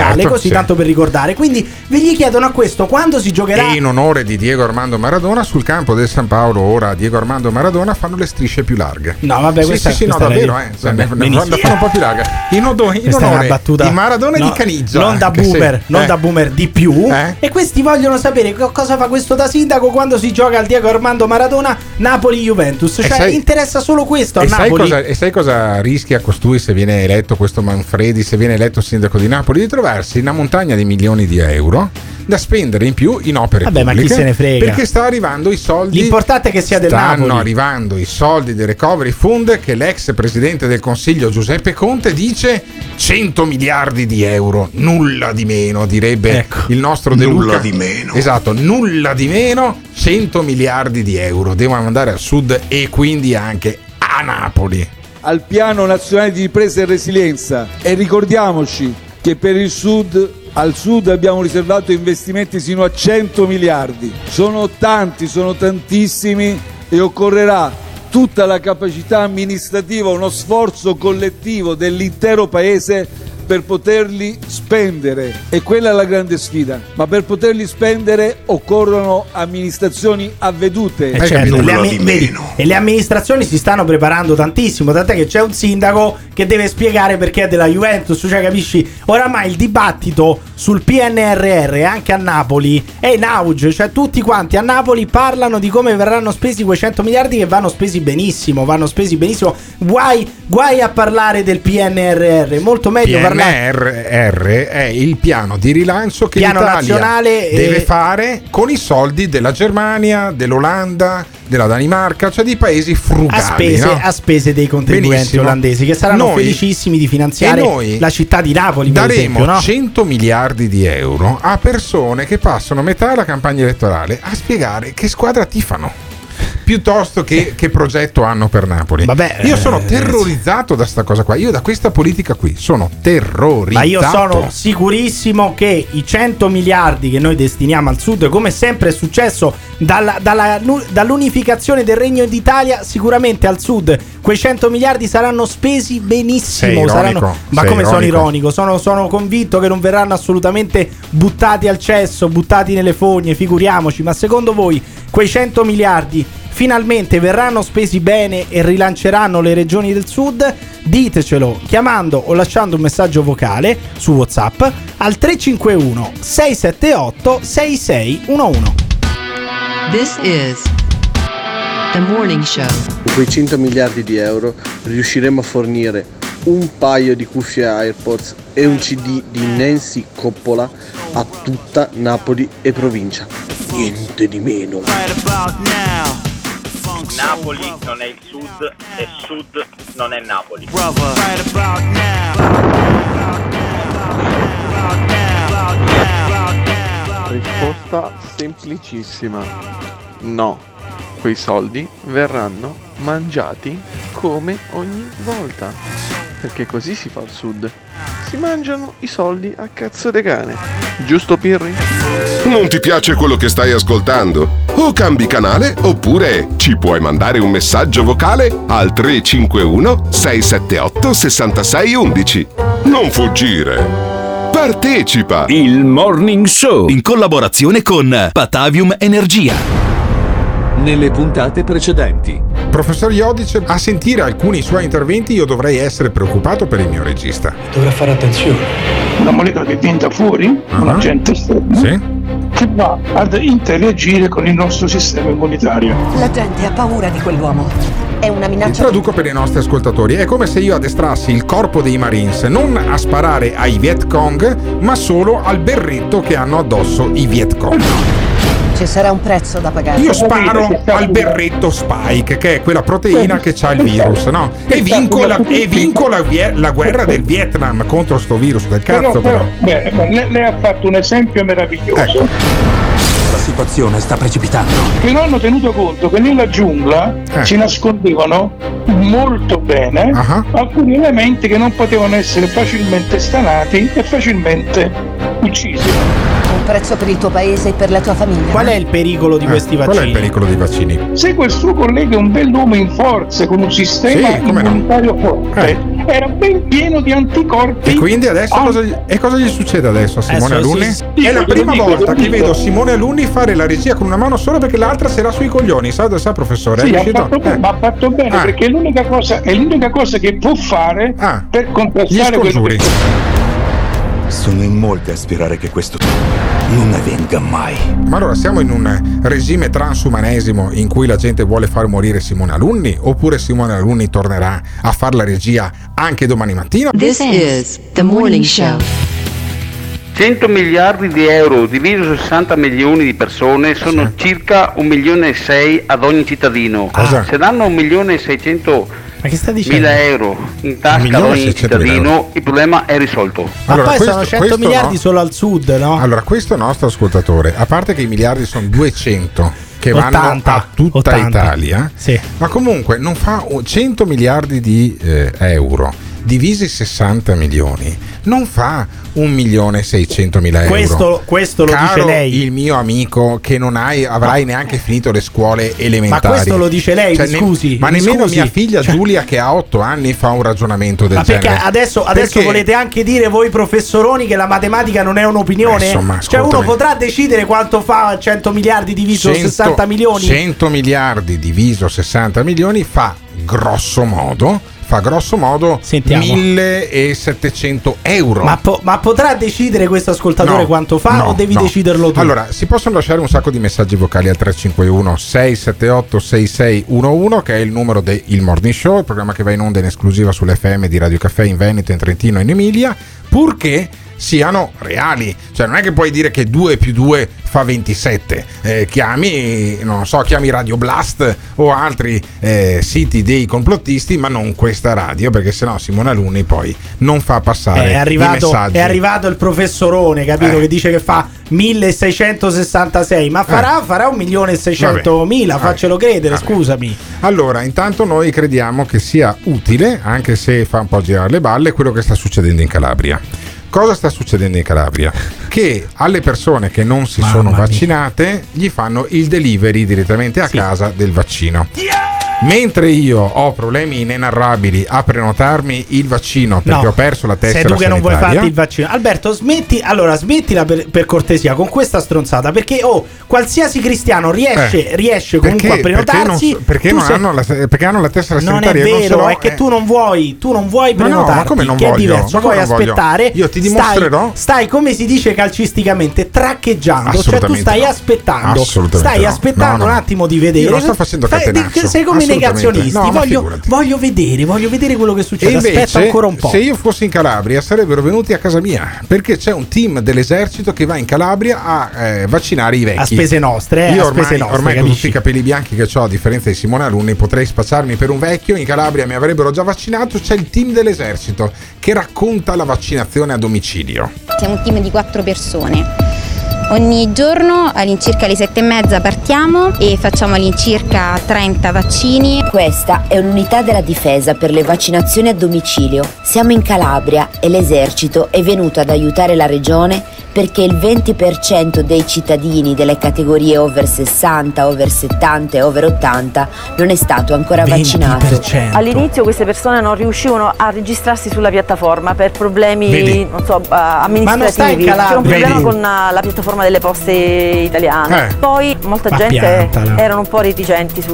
locale, così tanto per ricordare. Quindi ve gli chiedono a questo quando si giocherà. E in onore di Diego Armando Maradona, sul campo del San Paolo ora Diego Armando Maradona fanno le strisce più larghe. No, vabbè, sì, no, davvero, la fanno un po' più larga. In onore di Maradona e di Caniggia. Non da boomer, non da boomer di più. E questi vogliono sapere cosa fa questo da sindaco quando si gioca al Diego Armando Maradona Napoli-Juventus. Cioè, interessa solo questo a Napoli. Sai cosa rischia costui se viene eletto questo Manfredi, se viene eletto sindaco di Napoli? Di trovarsi una montagna di milioni di euro da spendere in più in opere pubbliche. Ma chi se ne frega? Perché sta arrivando i soldi. L'importante è che sia del Napoli. Stanno arrivando i soldi del Recovery Fund, che l'ex presidente del Consiglio Giuseppe Conte dice 100 miliardi di euro, nulla di meno, direbbe il nostro De Luca. Nulla di meno. Esatto, nulla di meno, 100 miliardi di euro devono andare al sud e quindi anche a Napoli. Al piano nazionale di ripresa e resilienza, e ricordiamoci che per il sud, al sud abbiamo riservato investimenti sino a 100 miliardi. Sono tanti, sono tantissimi e occorrerà tutta la capacità amministrativa, uno sforzo collettivo dell'intero paese per poterli spendere, e quella è la grande sfida. Ma per poterli spendere occorrono amministrazioni avvedute. Certo, e le amministrazioni si stanno preparando tantissimo, tant'è che c'è un sindaco che deve spiegare perché è della Juventus. Cioè, capisci? Oramai il dibattito sul PNRR anche a Napoli è in auge, cioè tutti quanti a Napoli parlano di come verranno spesi quei 100 miliardi che vanno spesi benissimo. Guai a parlare del PNRR, molto meglio parlare. PNRR è il piano di rilancio che l'Italia nazionale deve fare con i soldi della Germania, dell'Olanda, della Danimarca, cioè di paesi frugali, a spese dei contribuenti olandesi, che saranno felicissimi di finanziare la città di Napoli. Daremo 100 miliardi di euro a persone che passano metà della campagna elettorale a spiegare che squadra tifano, piuttosto che progetto hanno per Napoli. Io sono terrorizzato da sta cosa qua. Io da questa politica qui sono terrorizzato. Ma io sono sicurissimo che i 100 miliardi che noi destiniamo al sud, come sempre è successo dall'unificazione del Regno d'Italia, sicuramente al sud quei 100 miliardi saranno spesi benissimo. Sono ironico? Sono convinto che non verranno assolutamente buttati al cesso, buttati nelle fogne, figuriamoci. Ma secondo voi quei 100 miliardi finalmente verranno spesi bene e rilanceranno le regioni del sud? Ditecelo chiamando o lasciando un messaggio vocale su WhatsApp al 351 678 6611. This is The Morning Show. Con quei 100 miliardi di euro riusciremo a fornire un paio di cuffie AirPods e un CD di Nancy Coppola a tutta Napoli e provincia. Niente di meno. Napoli non è il sud e sud non è Napoli. Risposta semplicissima: no, quei soldi verranno mangiati come ogni volta, perché così si fa al sud, si mangiano i soldi a cazzo de cane, giusto Pirri? Non ti piace quello che stai ascoltando? O cambi canale oppure ci puoi mandare un messaggio vocale al 351 678 6611. Non fuggire. Partecipa! Il Morning Show in collaborazione con Patavium Energia. Nelle puntate precedenti. Professor Iodice, a sentire alcuni suoi interventi io dovrei essere preoccupato per il mio regista. Dovrà fare attenzione. Una molecola che viene da fuori, un agente esterno, che va ad interagire con il nostro sistema immunitario. La gente ha paura di quell'uomo. È una minaccia. Traduco per i nostri ascoltatori: è come se io addestrassi il corpo dei Marines non a sparare ai Viet Cong, ma solo al berretto che hanno addosso i Viet Cong. Ci sarà un prezzo da pagare. Io sparo al berretto Spike, che è quella proteina che c'ha il virus, no? E vinco la guerra del Vietnam contro sto virus del cazzo, però. Lei ha fatto un esempio meraviglioso. Ecco. La situazione sta precipitando. Che non hanno tenuto conto che nella giungla si nascondevano molto bene alcuni elementi che non potevano essere facilmente stanati e facilmente uccisi. Un prezzo per il tuo paese e per la tua famiglia. Qual è il pericolo di questi vaccini? Qual è il pericolo dei vaccini? Se quel suo collega è un bell'uomo in forze con un sistema immunitario forte, era ben pieno di anticorpi. E quindi adesso cosa gli succede adesso a Simone Alunni? È la prima volta che vedo Simone Alunni fare la regia con una mano sola, perché l'altra se l'ha sui coglioni, sa professore? Sì, ha fatto bene, perché è l'unica cosa che può fare per contrastare quello che... Sono in molti a sperare che questo non avvenga mai. Ma allora siamo in un regime transumanesimo in cui la gente vuole far morire Simone Alunni, oppure Simone Alunni tornerà a far la regia anche domani mattina? This is the morning show. 100 miliardi di euro diviso su 60 milioni di persone sono circa 1,6 milioni ad ogni cittadino. Se danno 1.600.000 euro in tasca ad ogni cittadino, il problema è risolto. Allora, ma poi sono 100 miliardi solo al sud, no? Allora, questo nostro ascoltatore, a parte che i miliardi sono 200 che vanno a tutta Italia, ma comunque non fa 100 miliardi di euro divisi 60 milioni, non fa 1.600.000 euro. Questo lo Caro dice lei, il mio amico, che non avrai neanche finito le scuole elementari. Ma questo lo dice lei, scusi. Ma nemmeno mia figlia Giulia, che ha 8 anni, fa un ragionamento del genere. Ma perché adesso volete anche dire voi professoroni che la matematica non è un'opinione? Insomma, cioè uno potrà decidere quanto fa 100 miliardi diviso 60 milioni? 100 miliardi diviso 60 milioni fa grosso modo 1.700 euro. Ma potrà decidere questo ascoltatore quanto fa, o devi deciderlo tu? Allora, si possono lasciare un sacco di messaggi vocali al 351 678 6611, che è il numero del Morning Show, il programma che va in onda in esclusiva sull'FM di Radio Caffè in Veneto, in Trentino e in Emilia, purché siano reali. Cioè non è che puoi dire che 2 più 2 fa 27. Chiami Radio Blast o altri siti dei complottisti, ma non questa radio, perché sennò Simone Alunni poi non fa passare i messaggi. È arrivato il professorone, capito, che dice che fa 1.666, ma farà 1.600.000, faccelo credere. Scusami. Allora, intanto noi crediamo che sia utile, anche se fa un po' girare le balle, quello che sta succedendo in Calabria. Cosa sta succedendo in Calabria? Che alle persone che non si sono vaccinate gli fanno il delivery direttamente a casa del vaccino. Mentre io ho problemi inenarrabili a prenotarmi il vaccino perché ho perso la tessera sanitaria. Sei tu che non vuoi farti il vaccino. Alberto, smettila per cortesia con questa stronzata, perché qualsiasi cristiano riesce comunque a prenotarsi. Perché hanno la tessera sanitaria. Non è vero, è che tu non vuoi prenotarti, ma come non che voglio? È diverso, vuoi aspettare. Io ti dimostrerò. Stai, come si dice calcisticamente, traccheggiando, cioè tu stai aspettando. Stai aspettando un attimo di vedere. Io non sto facendo catenaccio. Sei come negazionisti. Voglio vedere quello che succede. Invece, aspetta ancora un po'. Se io fossi in Calabria sarebbero venuti a casa mia, perché c'è un team dell'esercito che va in Calabria a vaccinare i vecchi a spese nostre. Io ormai con tutti i capelli bianchi che ho, a differenza di Simone Alunni, potrei spacciarmi per un vecchio. In Calabria mi avrebbero già vaccinato. C'è il team dell'esercito che racconta la vaccinazione a domicilio. Siamo un team di 4 persone. Ogni giorno all'incirca alle 7:30 partiamo e facciamo all'incirca 30 vaccini. Questa è un'unità della difesa per le vaccinazioni a domicilio. Siamo in Calabria e l'esercito è venuto ad aiutare la regione perché il 20% dei cittadini delle categorie over 60, over 70 e over 80 non è stato ancora vaccinato. All'inizio queste persone non riuscivano a registrarsi sulla piattaforma per problemi amministrativi. C'era un problema con la piattaforma delle poste italiane. Poi molta gente erano un po' reticenti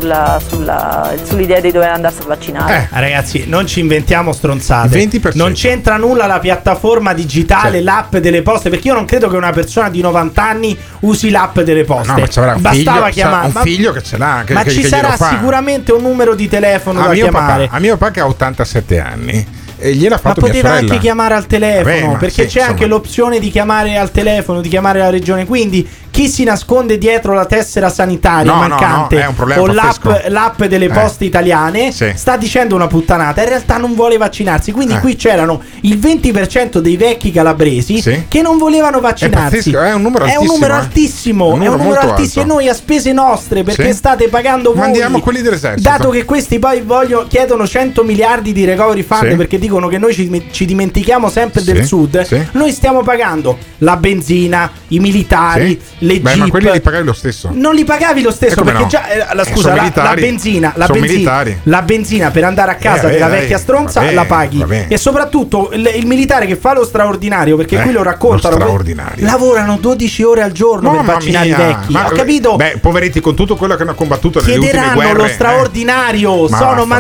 sull'idea di dover andarsi a vaccinare. Ragazzi, non ci inventiamo stronzate. 20%. Non c'entra nulla la piattaforma digitale, l'app delle poste, perché io non credo che una persona di 90 anni usi l'app delle poste. No, ma c'avrà bastava chiamare un figlio che ce l'ha, ma ci sarà sicuramente un numero di telefono da chiamare. A mio papà che ha 87 anni e gliel'ha fatto ma mia poteva sorella. Anche chiamare al telefono, perché c'è anche l'opzione di chiamare al telefono, di chiamare la regione. Quindi chi si nasconde dietro la tessera sanitaria mancante è un problema o l'app delle poste italiane sta dicendo una puttanata, in realtà non vuole vaccinarsi. Quindi qui c'erano il 20% dei vecchi calabresi che non volevano vaccinarsi. È un numero altissimo. È un numero altissimo. E noi a spese nostre, perché state pagando voi. Mandiamo quelli dell'esercito. Dato che questi poi chiedono 100 miliardi di recovery fund perché dicono che noi ci dimentichiamo sempre del sud, noi stiamo pagando la benzina, i militari, le Jeep. Ma quelli li pagavi lo stesso? Non li pagavi lo stesso perché già la benzina per andare a casa della vecchia stronza la paghi. E soprattutto il militare che fa lo straordinario, perché qui lo raccontano, lavorano 12 ore al giorno per vaccinare i vecchi. Ho capito? Poveretti, con tutto quello che hanno combattuto nelle ultime guerre. Chiederanno lo straordinario.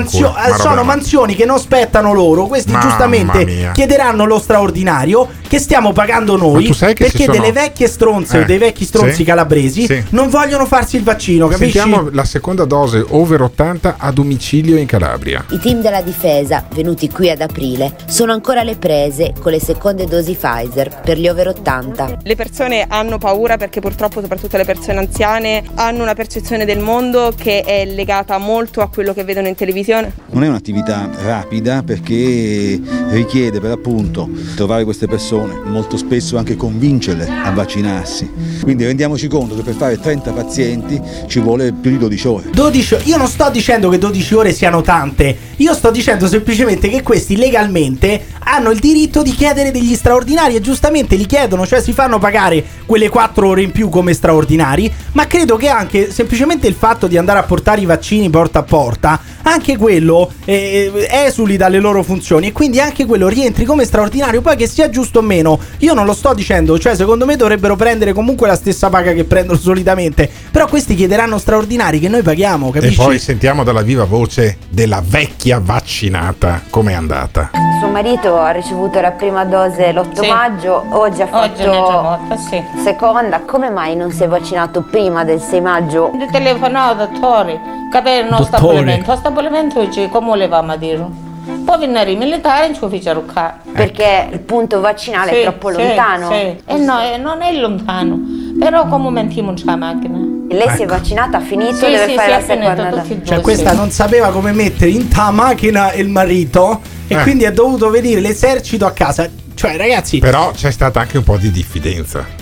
Sono mansioni che non spettano loro. Questi giustamente chiederanno lo straordinario che stiamo pagando noi, perché delle vecchie stronze o dei vecchi stronzi calabresi non vogliono farsi il vaccino, capisci? Sentiamo la seconda dose over 80 a domicilio in Calabria. I team della difesa, venuti qui ad aprile, sono ancora alle prese con le seconde dosi Pfizer per gli over 80. Le persone hanno paura perché purtroppo soprattutto le persone anziane hanno una percezione del mondo che è legata molto a quello che vedono in televisione. Non è un'attività rapida perché richiede per appunto trovare queste persone, molto spesso anche convincerle a vaccinarsi. Quindi rendiamoci conto che per fare 30 pazienti ci vuole più di 12 ore. Io non sto dicendo che 12 ore siano tante, io sto dicendo semplicemente che questi legalmente hanno il diritto di chiedere degli straordinari e giustamente li chiedono, cioè si fanno pagare quelle 4 ore in più come straordinari, ma credo che anche semplicemente il fatto di andare a portare i vaccini porta a porta, anche quello esuli dalle loro funzioni e quindi anche quello rientri come straordinario. Poi che sia giusto o meno, io non lo sto dicendo, cioè secondo me dovrebbero prendere comunque la stessa paga che prendono solitamente, però questi chiederanno straordinari che noi paghiamo, capisci? E poi sentiamo dalla viva voce della vecchia vaccinata com'è andata. Suo marito ha ricevuto la prima dose l'8 maggio, oggi ha fatto seconda. Come mai non si è vaccinato prima del 6 maggio? Ho telefonato al dottore, capire il nostro stabilimento dice come volevamo dire. Poi vennero i militari e ci fecero qua. Perché il punto vaccinale è troppo lontano. No, non è lontano, però come mentiamo sulla macchina. Lei si è vaccinata, ha finito, deve fare la seconda. Cioè questa non sapeva come mettere in ta macchina il marito e quindi è dovuto venire l'esercito a casa. Cioè ragazzi, però c'è stata anche un po' di diffidenza.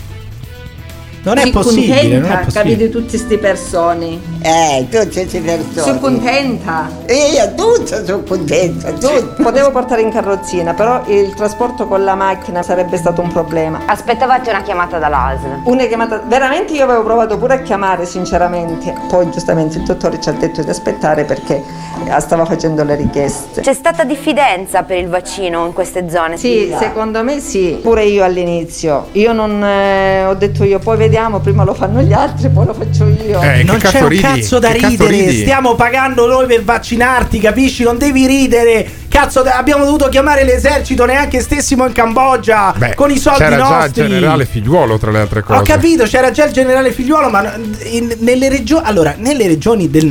Non è possibile, non è possibile. Capite tutte queste persone. Tutte queste persone. Sono contenta. Io tutta sono contenta. Potevo portare in carrozzina, però il trasporto con la macchina sarebbe stato un problema. Aspettavate una chiamata dall'ASL? Una chiamata, veramente io avevo provato pure a chiamare sinceramente. Poi giustamente il dottore ci ha detto di aspettare perché stava facendo le richieste. C'è stata diffidenza per il vaccino in queste zone? Sì, secondo me sì. Pure io all'inizio. Io non ho detto io, poi vediamo, prima lo fanno gli altri, poi lo faccio io. Non c'è un cazzo da ridere, stiamo pagando noi per vaccinarti, capisci? Non devi ridere. Cazzo, abbiamo dovuto chiamare l'esercito, neanche stessimo in Cambogia con i soldi c'era nostri. C'era già il generale Figliuolo, tra le altre cose. Ho capito, c'era già il generale Figliuolo, ma nelle regioni del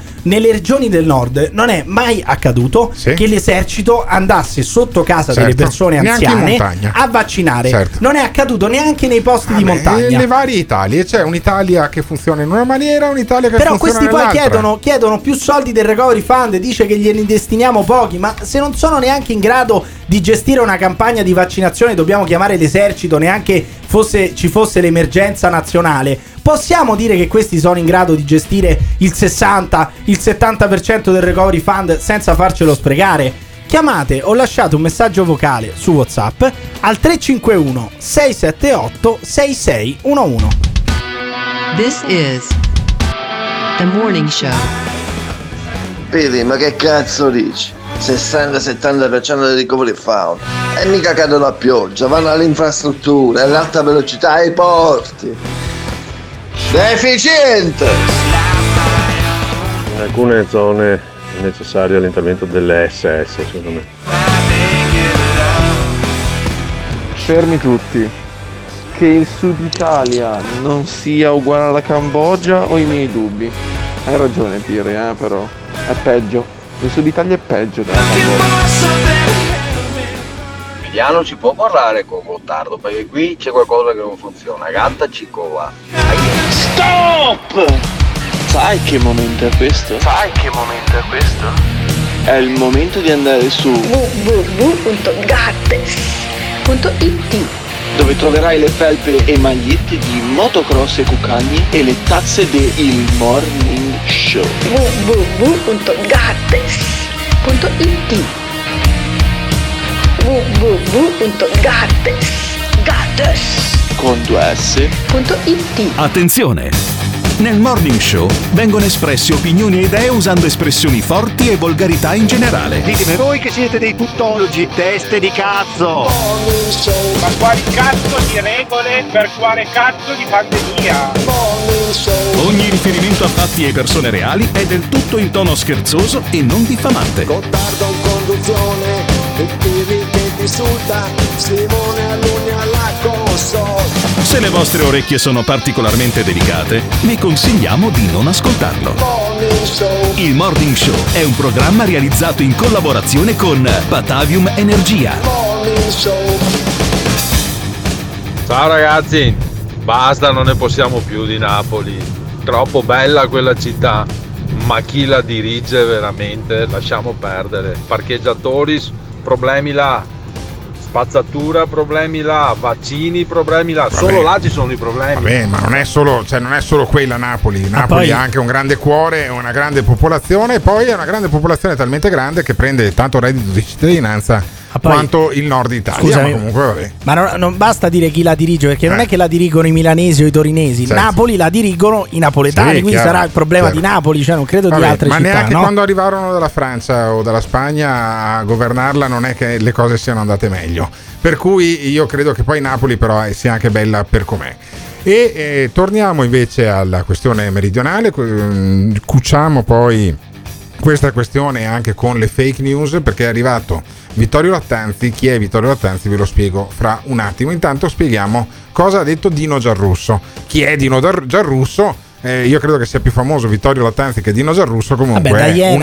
nord non è mai accaduto che l'esercito andasse sotto casa delle persone anziane a vaccinare. Non è accaduto neanche nei posti di montagna. Le varie Italie, c'è un'Italia che funziona in una maniera, un'Italia che funziona nell'altra. Però questi poi chiedono più soldi del recovery fund, dice che gliene destiniamo pochi, ma se non sono neanche in grado di gestire una campagna di vaccinazione dobbiamo chiamare l'esercito, neanche ci fosse l'emergenza nazionale. Possiamo dire che questi sono in grado di gestire il 60, il 70% del recovery fund senza farcelo sprecare? Chiamate o lasciate un messaggio vocale su WhatsApp al 351 678 6611. This is The Morning Show. Vedi, ma che cazzo dici? 60-70% del recovery fund e mica cadono a pioggia, vanno alle infrastrutture, all'alta velocità, ai porti. Deficiente! In alcune zone è necessario l'intervento delle SS, secondo me. Fermi tutti. Che il Sud Italia non sia uguale alla Cambogia ho i miei dubbi. Hai ragione Pire, però è peggio. Il Sud Italia è peggio della Cambogia. Emiliano, si può parlare con Gottardo perché qui c'è qualcosa che non funziona. Gattaci qua. Stop! Sai che momento è questo? È il momento di andare su www.gattes.it, dove troverai le felpe e magliette di motocross e cucagni e le tazze de Il Morning Show. www.gattes.it www.gattes con 2s.it. Attenzione! Nel Morning Show vengono espresse opinioni e idee usando espressioni forti e volgarità in generale. Ditemi voi che siete dei tuttologi, teste di cazzo! Ma quali cazzo di regole per quale cazzo di pandemia? Ogni riferimento a fatti e persone reali è del tutto in tono scherzoso e non diffamante. Gottardo in conduzione, il Pirri che ti insulta, Simone Alunni alla console. Se le vostre orecchie sono particolarmente delicate, vi consigliamo di non ascoltarlo. Il Morning Show è un programma realizzato in collaborazione con Batavium Energia. Ciao ragazzi, basta, non ne possiamo più di Napoli. Troppo bella quella città, ma chi la dirige veramente lasciamo perdere. Parcheggiatori, problemi là. Spazzatura, problemi là, vaccini, problemi là. Solo là ci sono i problemi. Vabbè, ma non è solo quella Napoli. Napoli ha anche un grande cuore e una grande popolazione, e poi è una grande popolazione talmente grande che prende tanto reddito di cittadinanza quanto il nord Italia. Scusami, ma comunque vabbè. Ma non basta dire chi la dirige, perché non è che la dirigono i milanesi o i torinesi. Certo. Napoli la dirigono i napoletani, quindi chiaro, sarà il problema di Napoli, cioè non credo di altre città. Ma neanche quando arrivarono dalla Francia o dalla Spagna a governarla non è che le cose siano andate meglio. Per cui io credo che poi Napoli però sia anche bella per com'è. E torniamo invece alla questione meridionale, cuciamo poi questa questione anche con le fake news, perché è arrivato Vittorio Lattanzi. Chi è Vittorio Lattanzi? Ve lo spiego fra un attimo. Intanto spieghiamo cosa ha detto Dino Giarrusso. Chi è Dino Giarrusso? Io credo che sia più famoso Vittorio Lattanzi che Dino Giarrusso. Comunque un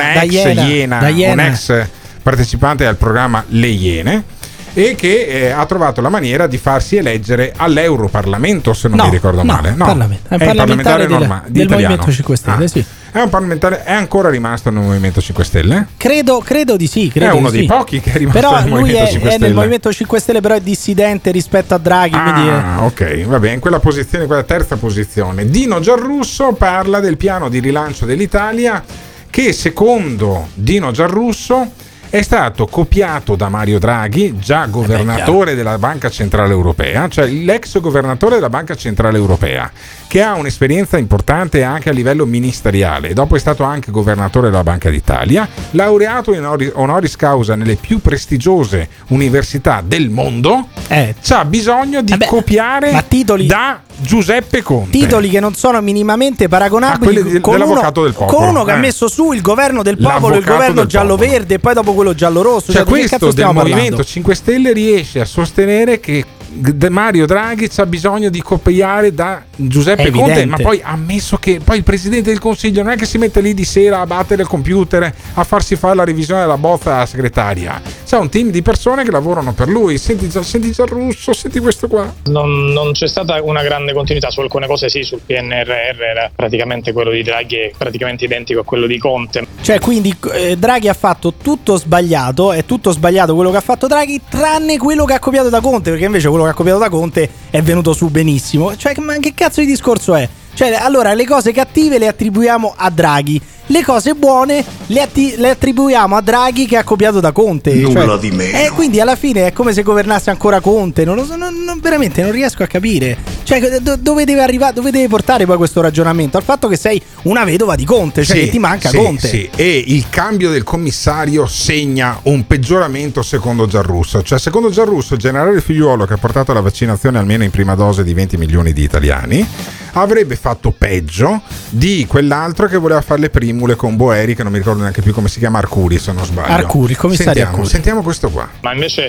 ex partecipante al programma Le Iene, e che ha trovato la maniera di farsi eleggere all'Europarlamento, se non mi ricordo male. No, è un parlamentare del Movimento 5 Stelle, sì. È un parlamentare, è ancora rimasto nel Movimento 5 Stelle? Credo di sì. È uno dei pochi che è rimasto nel Movimento 5 Stelle. Però lui è nel Movimento 5 Stelle, però è dissidente rispetto a Draghi. Ok, va bene, in quella posizione, quella terza posizione. Dino Giarrusso parla del piano di rilancio dell'Italia che, secondo Dino Giarrusso, è stato copiato da Mario Draghi, già governatore della Banca Centrale Europea, cioè l'ex governatore della Banca Centrale Europea, che ha un'esperienza importante anche a livello ministeriale. Dopo è stato anche governatore della Banca d'Italia, laureato in honoris causa nelle più prestigiose università del mondo. C'ha bisogno di copiare da Giuseppe Conte. Titoli che non sono minimamente paragonabili con dell'avvocato del popolo. Con uno che ha messo su il governo del popolo, il governo giallo-verde e poi dopo quello giallo-rosso. Cioè questo del Movimento 5 Stelle riesce a sostenere che Mario Draghi c'ha bisogno di copiare da Giuseppe Conte, ma poi ha ammesso che poi il Presidente del Consiglio non è che si mette lì di sera a battere il computer a farsi fare la revisione della bozza alla segretaria. C'è un team di persone che lavorano per lui. Senti Giarrusso, senti questo qua. Non c'è stata una grande continuità su alcune cose, sì. Sul PNRR era praticamente quello di Draghi, è praticamente identico a quello di Conte. Cioè quindi Draghi ha fatto tutto sbagliato, è tutto sbagliato quello che ha fatto Draghi, tranne quello che ha copiato da Conte, perché invece quello che ha copiato da Conte è venuto su benissimo. Cioè, ma che cazzo di discorso è? Cioè, allora le cose cattive le attribuiamo a Draghi, le cose buone le attribuiamo a Draghi che ha copiato da Conte. Nulla di meno. Quindi alla fine è come se governasse ancora Conte. Non lo so, veramente non riesco a capire. Cioè, dove deve arrivare, dove deve portare poi questo ragionamento? Al fatto che sei una vedova di Conte, cioè che ti manca Conte. Sì. E il cambio del commissario segna un peggioramento secondo Giarrusso. Cioè, secondo Giarrusso, il generale Figliuolo, che ha portato alla vaccinazione almeno in prima dose di 20 milioni di italiani, avrebbe fatto peggio di quell'altro che voleva fare le primule con Boeri, che non mi ricordo neanche più come si chiama, Arcuri, se non sbaglio. Arcuri, il commissario Arcuri. Sentiamo questo qua. Ma invece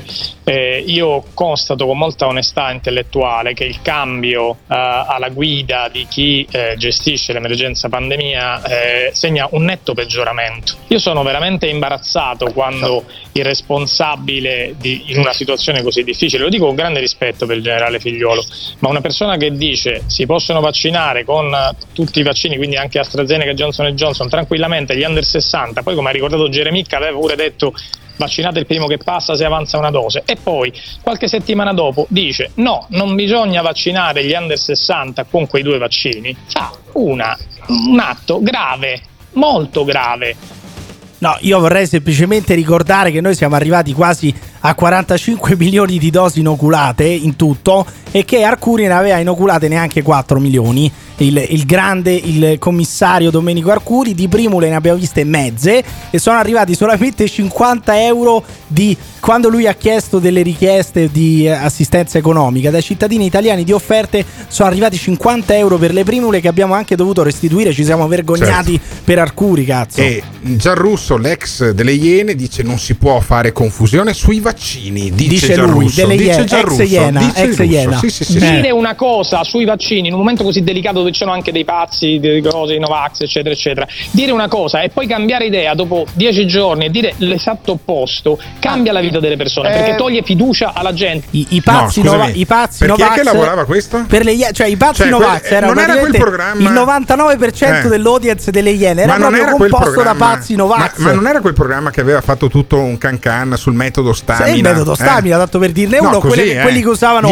io constato con molta onestà intellettuale che il cambio alla guida di chi gestisce l'emergenza pandemia segna un netto peggioramento. Io sono veramente imbarazzato quando il responsabile in una situazione così difficile, lo dico con grande rispetto per il generale Figliuolo, ma una persona che dice si possono vaccinare con tutti i vaccini, quindi anche AstraZeneca e Johnson & Johnson, tranquillamente gli under 60, poi come ha ricordato Geremicca aveva pure detto vaccinate il primo che passa se avanza una dose, e poi qualche settimana dopo dice no, non bisogna vaccinare gli under 60 con quei 2 vaccini, fa un atto grave, molto grave. No, io vorrei semplicemente ricordare che noi siamo arrivati quasi a 45 milioni di dosi inoculate in tutto e che Arcuri ne aveva inoculate neanche 4 milioni. Il commissario Domenico Arcuri, di Primule ne abbiamo viste mezze e sono arrivati solamente 50 euro di quando lui ha chiesto delle richieste di assistenza economica dai cittadini italiani di offerte. Sono arrivati 50 euro per le Primule che abbiamo anche dovuto restituire. Ci siamo vergognati per Arcuri, cazzo. E Giarrusso, l'ex delle Iene, dice non si può fare confusione sui vaccini, dice Giarrusso, lui, dice Giarrusso, ex Iena. Sì. Dire una cosa sui vaccini in un momento così delicato dove ci sono anche dei pazzi, delle cose, i Novax, eccetera eccetera, dire una cosa e poi cambiare idea dopo 10 giorni e dire l'esatto opposto cambia la vita delle persone, perché toglie fiducia alla gente. I pazzi Novax, che lavorava questo? Per le cioè i pazzi Novax erano non era quel programma, il 99% dell'audience delle Iene era proprio composto da pazzi Novax. Ma non era quel programma che aveva fatto tutto un cancan sul metodo Stamina? Sì, il metodo Stamina, tanto per dirne uno, quelli che usavano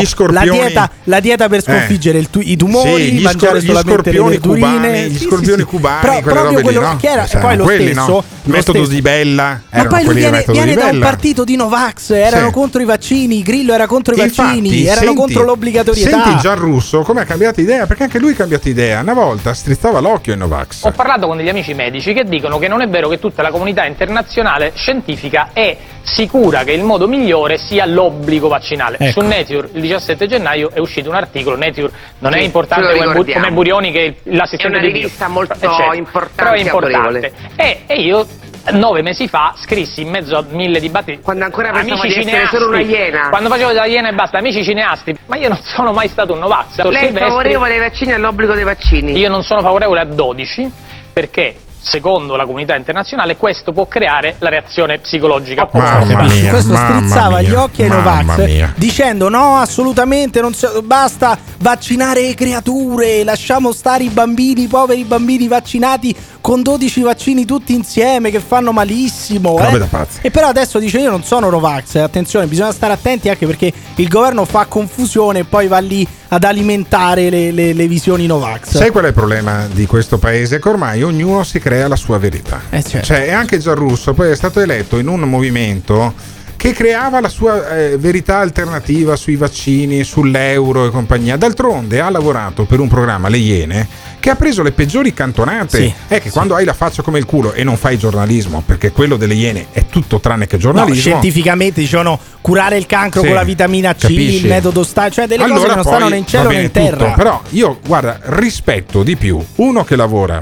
la dieta per sconfiggere i tumori, mangiare solamente le verdurine, gli scorpioni cubani, quelle robe lì, no? Che era poi lo stesso metodo di Bella. Ma poi lui viene da un partito di Novax, erano contro i vaccini, Grillo era contro i vaccini, erano contro l'obbligatorietà. Senti Giarrusso come ha cambiato idea, perché anche lui ha cambiato idea. Una volta strizzava l'occhio ai Novax. Ho parlato con degli amici medici che dicono che non è vero che tutta la comunità internazionale scientifica è sicura che il modo migliore sia l'obbligo vaccinale. Su Nature il 17 gennaio è uscito un articolo. Nature non è importante come Burioni, che è l'assistente di rivista molto importante, però è importante. E io 9 mesi fa scrissi in mezzo a 1000 dibattiti, quando ancora pensavo di essere solo una iena, quando facevo la iena e basta, amici cineasti, ma io non sono mai stato un Novax. Lei è favorevole ai vaccini e all'obbligo dei vaccini? Io non sono favorevole a 12 perché secondo la comunità internazionale questo può creare la reazione psicologica. Questo strizzava gli occhi ai Novax dicendo no, assolutamente basta vaccinare le creature, lasciamo stare i bambini, i poveri bambini vaccinati con 12 vaccini tutti insieme che fanno malissimo. E però adesso dice io non sono Novax, attenzione, bisogna stare attenti anche perché il governo fa confusione e poi va lì ad alimentare le visioni Novax. Sai qual è il problema di questo paese? Che ormai ognuno si crea la sua verità. Certo. Cioè, anche Giarrusso poi è stato eletto in un movimento che creava la sua verità alternativa sui vaccini, sull'euro e compagnia. D'altronde ha lavorato per un programma, Le Iene, che ha preso le peggiori cantonate. Quando hai la faccia come il culo e non fai giornalismo, perché quello delle Iene è tutto tranne che giornalismo. Scientificamente dicevano curare il cancro con la vitamina C, il metodo cioè delle cose che non stanno né in cielo né in terra. Però io, guarda, rispetto di più uno che lavora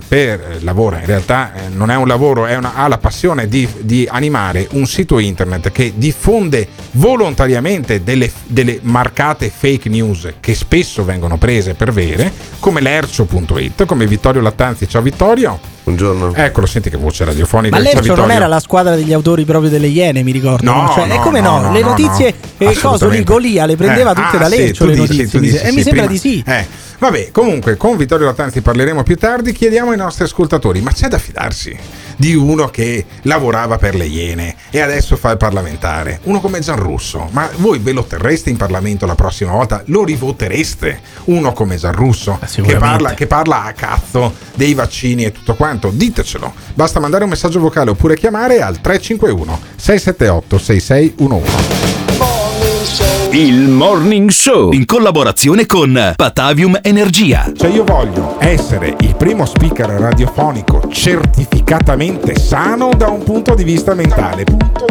in realtà non è un lavoro, ha la passione di animare un sito internet che diffonde volontariamente delle marcate fake news che spesso vengono prese per vere, come l'ercio.it, come Vittorio Lattanzi. Ciao Vittorio. Buongiorno. Eccolo, senti che voce radiofonica. Ma l'Ercio non era la squadra degli autori proprio delle Iene, mi ricordo. Le notizie Golia le prendeva tutte da Lercio, le notizie. Mi sembra di sì. Vabbè, comunque con Vittorio Lattanzi parleremo più tardi. Chiediamo ai nostri ascoltatori: ma c'è da fidarsi di uno che lavorava per le Iene e adesso fa il parlamentare? Uno come Giarrusso, ma voi ve lo terreste in Parlamento la prossima volta? Lo rivotereste? Uno come Giarrusso che parla a cazzo dei vaccini e tutto quanto? Ditecelo, basta mandare un messaggio vocale oppure chiamare al 351 678 6611. Il Morning Show in collaborazione con Patavium Energia. Cioè io voglio essere il primo speaker radiofonico certificatamente sano da un punto di vista mentale.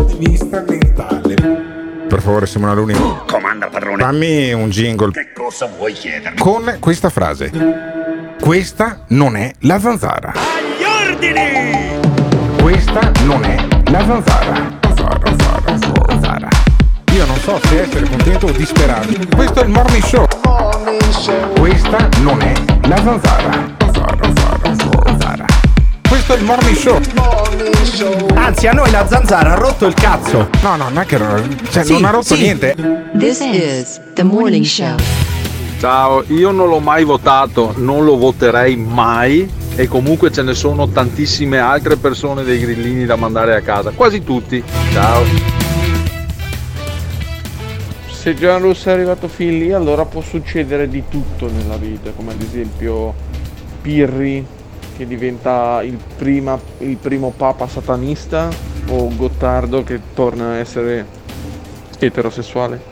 Per favore, Simona Luni, comanda padrone, fammi un jingle. Che cosa vuoi chiedermi? Con questa frase: questa non è la zanzara. Agli ordini! Questa non è la zanzara. Zanzara. Io non so se essere contento o disperato. Questo è il Morning Show. Questa non è la zanzara. Zanzara. Questo è il Morning Show. Anzi, a noi la zanzara ha rotto il cazzo. No, non è che non ha rotto niente. This is the Morning Show. Ciao, io non l'ho mai votato, non lo voterei mai e comunque ce ne sono tantissime altre persone dei grillini da mandare a casa, quasi tutti. Ciao. Se Gianrusso è arrivato fin lì, allora può succedere di tutto nella vita, come ad esempio Pirri che diventa il primo papa satanista, o Gottardo che torna a essere eterosessuale?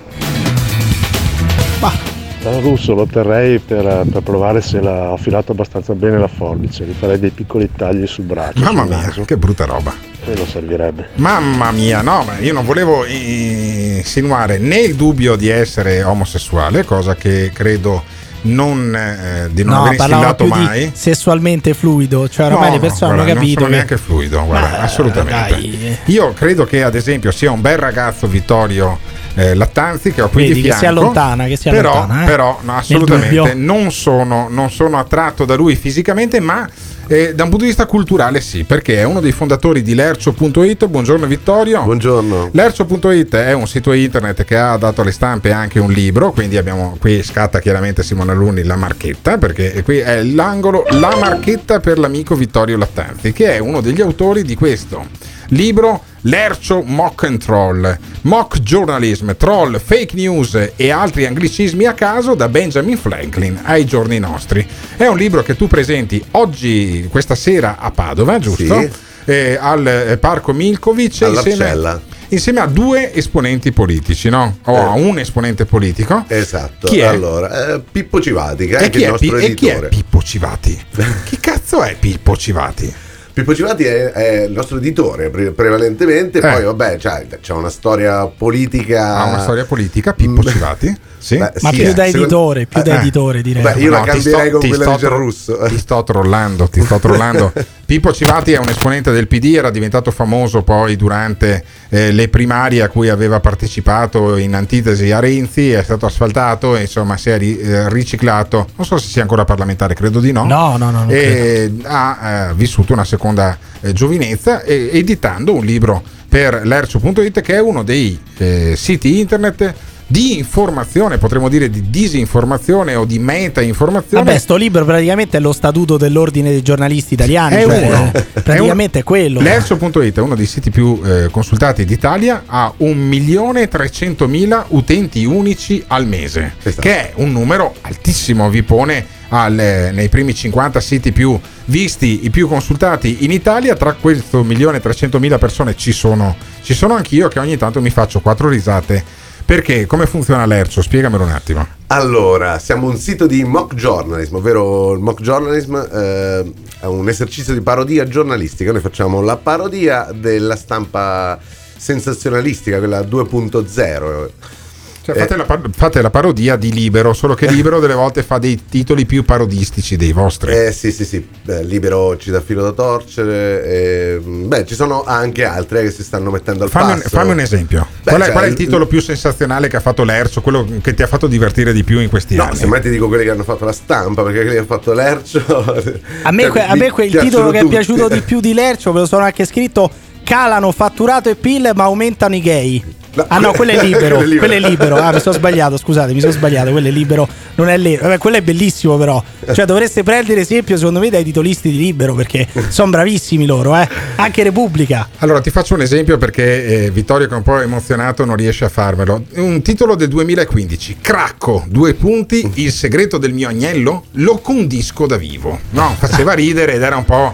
Russo lo terrei per provare se l'ha affilato abbastanza bene la forbice, gli farei dei piccoli tagli sul braccio. Mamma mia, che brutta roba. Quello servirebbe. Mamma mia, no, ma io non volevo insinuare né il dubbio di essere omosessuale, cosa che credo di non aver instillato mai. Di sessualmente fluido, cioè ormai le persone hanno capito. Non sono neanche fluido, guarda, assolutamente. Dai. Io credo che ad esempio sia un bel ragazzo Vittorio Lattanzi, che ho qui di fianco, che si allontana, però no, assolutamente non sono attratto da lui fisicamente, ma da un punto di vista culturale sì, perché è uno dei fondatori di Lercio.it. Buongiorno Vittorio. Buongiorno. Lercio.it è un sito internet che ha dato alle stampe anche un libro, quindi abbiamo qui scatta chiaramente Simone Alunni la marchetta, perché qui è l'angolo La marchetta per l'amico Vittorio Lattanzi, che è uno degli autori di questo libro Lercio Mock and Troll, mock journalism, troll, fake news e altri anglicismi a caso da Benjamin Franklin ai giorni nostri. È un libro che tu presenti oggi, questa sera a Padova, giusto? Sì. Al Parco Milkovic insieme a due esponenti politici, no? O a un esponente politico. Esatto. Chi è? Allora, Pippo Civati, che è anche il nostro editore. E chi è Pippo Civati? Chi cazzo è Pippo Civati? Pippo Civati è il nostro editore prevalentemente, poi vabbè c'è una storia politica. Ha una storia politica, Pippo Civati? Sì. Beh, ma più da editore, direi. Beh, io la cambierei con quella di Gianrusso. Ti sto trollando. Pippo Civati è un esponente del PD, era diventato famoso poi durante le primarie a cui aveva partecipato in antitesi a Renzi, è stato asfaltato e insomma si è riciclato, non so se sia ancora parlamentare, credo di no. No. E ha vissuto una seconda giovinezza editando un libro per Lercio.it, che è uno dei siti internet di informazione, potremmo dire di disinformazione o di meta-informazione. Vabbè, sto libro praticamente è lo statuto dell'ordine dei giornalisti italiani, praticamente è quello. Lercio.it è uno dei siti più consultati d'Italia, ha 1.300.000 utenti unici al mese, che è un numero altissimo, vi pone nei primi 50 siti più visti, i più consultati in Italia. Tra questo 1.300.000 persone ci sono anch'io, che ogni tanto mi faccio 4 risate. Perché? Come funziona Lercio? Spiegamelo un attimo. Allora, siamo un sito di mock journalism, ovvero il mock journalism è un esercizio di parodia giornalistica. Noi facciamo la parodia della stampa sensazionalistica, quella 2.0. Fate la parodia di Libero, solo che Libero delle volte fa dei titoli più parodistici dei vostri. Sì. Libero ci dà filo da torcere. Ci sono anche altre che si stanno mettendo al passo. Fammi un esempio. Qual è il titolo più sensazionale che ha fatto Lercio, quello che ti ha fatto divertire di più in questi anni? No, semmai ti dico quelli che hanno fatto la stampa, perché quelli che ha fatto Lercio. A me quel titolo che è piaciuto di più di Lercio, ve lo sono anche scritto: calano fatturato e PIL ma aumentano i gay. No, quello è Libero. Quello è Libero. Mi sono sbagliato, scusate, quello è Libero, non è Libero. Vabbè, quello è bellissimo, però. Cioè, dovreste prendere esempio, secondo me, dai titolisti di Libero, perché sono bravissimi loro, Anche Repubblica. Allora, ti faccio un esempio, perché Vittorio, che è un po' emozionato, non riesce a farmelo. Un titolo del 2015: Cracco, 2 punti, il segreto del mio agnello lo condisco da vivo. No, faceva ridere ed era un po'.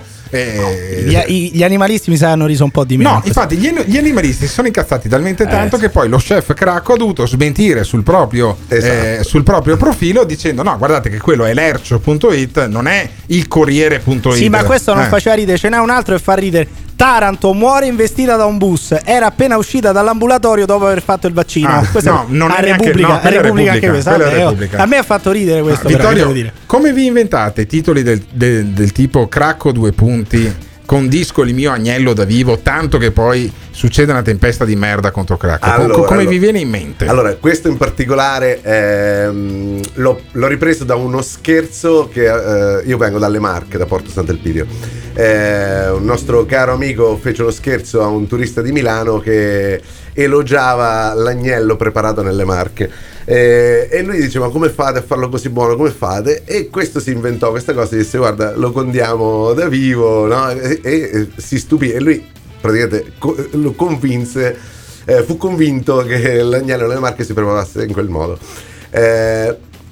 Gli animalisti mi sa hanno riso un po' di meno. No, infatti gli animalisti si sono incazzati talmente tanto che poi lo chef Cracco ha dovuto smentire sul proprio profilo, dicendo: no, guardate che quello è Lercio.it, non è il Corriere.it. Sì, ma questo non faceva ridere, ce n'è un altro che fa ridere. Taranto muore investita da un bus, era appena uscita dall'ambulatorio dopo aver fatto il vaccino. Non è Repubblica, Repubblica anche questa. A me ha fatto ridere questo. Vittorio, come vi inventate titoli del tipo Cracco 2 punti, condisco il mio agnello da vivo, tanto che poi succede una tempesta di merda contro Cracco? Come vi viene in mente? Allora, questo in particolare l'ho ripreso da uno scherzo che io vengo dalle Marche, da Porto Sant'Elpidio. Un nostro caro amico fece lo scherzo a un turista di Milano che elogiava l'agnello preparato nelle Marche, e lui dice: ma come fate a farlo così buono, come fate? E questo si inventò questa cosa, disse: guarda, lo condiamo da vivo, no? E si stupì, e lui praticamente lo convinse, fu convinto che l'agnello nelle Marche si preparasse in quel modo.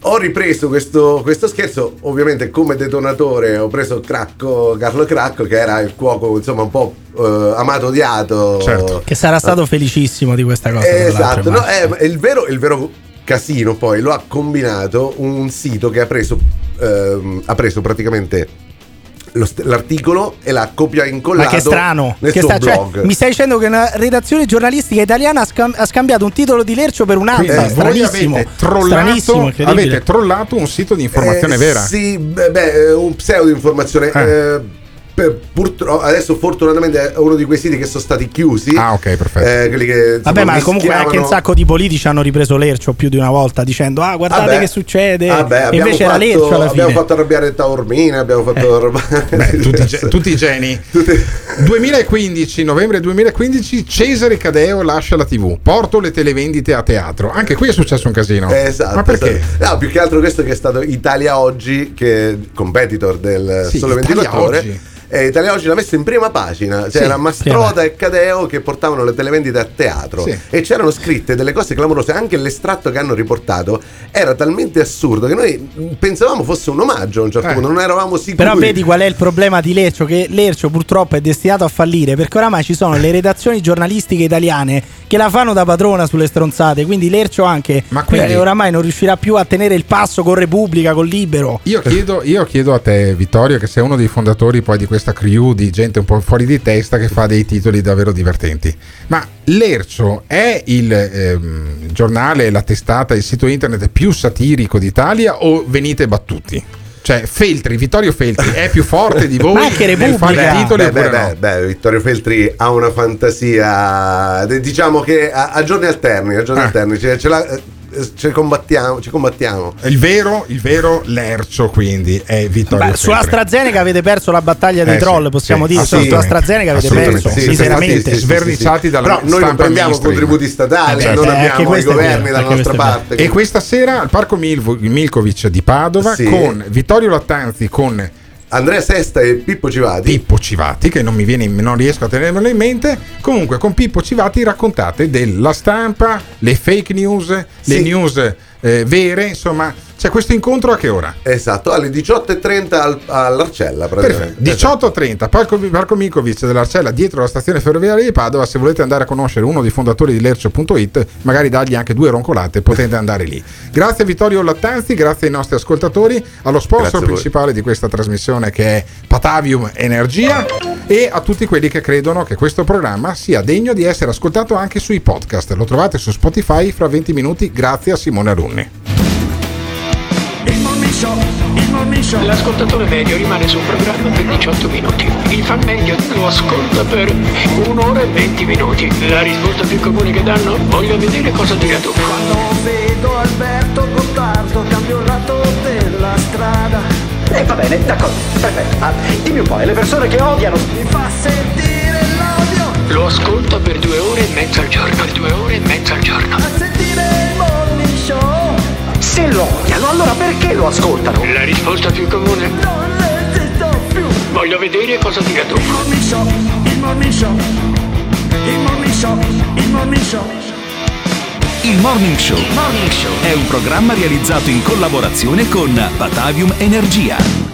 ho ripreso questo scherzo, ovviamente come detonatore ho preso Carlo Cracco, che era il cuoco insomma un po' amato, odiato, certo. Che sarà stato felicissimo di questa cosa. Esatto, no? Il vero casino poi lo ha combinato un sito che ha preso praticamente l'articolo e l'ha copia incollato. Ma che strano nel suo blog. Mi stai dicendo che una redazione giornalistica italiana ha scambiato un titolo di Lercio per un altro? Stranissimo. Avete trollato un sito di informazione vera. Sì, un pseudo informazione. Adesso fortunatamente è uno di quei siti che sono stati chiusi. Ah, ok, perfetto. Quelli che, vabbè, ma comunque anche un sacco di politici hanno ripreso Lercio più di una volta dicendo guardate che succede. E invece era Lercio alla fine. Abbiamo fatto arrabbiare Taormina, abbiamo fatto tutti i geni. 2015, novembre 2015, Cesare Cadeo lascia la TV, porto le televendite a teatro. Anche qui è successo un casino. Esatto. Ma perché? No, più che altro questo che è stato Italia Oggi, che è competitor del Sole 24 Ore. Italia Oggi l'ha messo in prima pagina, c'era Mastrota e Cadeo che portavano le televendite a teatro e c'erano scritte delle cose clamorose. Anche l'estratto che hanno riportato era talmente assurdo che noi pensavamo fosse un omaggio a un certo punto, non eravamo sicuri. Però vedi qual è il problema di Lercio, che Lercio purtroppo è destinato a fallire, perché oramai ci sono le redazioni giornalistiche italiane che la fanno da padrona sulle stronzate, quindi Lercio anche oramai non riuscirà più a tenere il passo con Repubblica, con Libero. Io chiedo a te, Vittorio, che sei uno dei fondatori poi di questa crew di gente un po' fuori di testa che fa dei titoli davvero divertenti, ma Lercio è il giornale, la testata, il sito internet più satirico d'Italia o venite battuti? Cioè Vittorio Feltri è più forte di voi nel fare titoli? Vittorio Feltri ha una fantasia, diciamo che a giorni alterni ci combattiamo. Il vero Lercio quindi è Vittorio Feltri. Su AstraZeneca avete perso la battaglia dei troll, possiamo dire. Su AstraZeneca avete perso miseramente, sverniciati dalla però noi non prendiamo contributi statali, non abbiamo i governi dalla nostra parte. E questa sera al Parco Milkovic di Padova con Vittorio Lattanzi, con Andrea Sesta e Pippo Civati, che non riesco a tenermelo in mente. Comunque con Pippo Civati raccontate della stampa, le fake news, le news vere, insomma. C'è questo incontro a che ora? Esatto, alle 18:30 all'Arcella. Perfetto. 18:30, Parco Milkovic dell'Arcella, dietro la stazione ferroviaria di Padova. Se volete andare a conoscere uno dei fondatori di Lercio.it, magari dargli anche 2 roncolate, potete andare lì. Grazie a Vittorio Lattanzi, grazie ai nostri ascoltatori, allo sponsor principale di questa trasmissione che è Patavium Energia, e a tutti quelli che credono che questo programma sia degno di essere ascoltato anche sui podcast. Lo trovate su Spotify fra 20 minuti, grazie a Simone Alunni. Il Morning Show. L'ascoltatore medio rimane sul programma per 18 minuti. Il fan medio lo ascolta per 1 ora e 20 minuti. La risposta più comune che danno: voglio vedere cosa dirà tu. Quando vedo Alberto Gottardo cambio il lato della strada. Va bene, d'accordo, perfetto. Dimmi un po', le persone che odiano mi fa sentire l'odio. Lo ascolta per 2 ore e mezza al giorno. A sentire il Morning Show. Se lo odiano, allora perché lo ascoltano? La risposta più comune: non esisto più. Voglio vedere cosa dirà tu. Il Morning Show. Il Morning Show è un programma realizzato in collaborazione con Patavium Energia.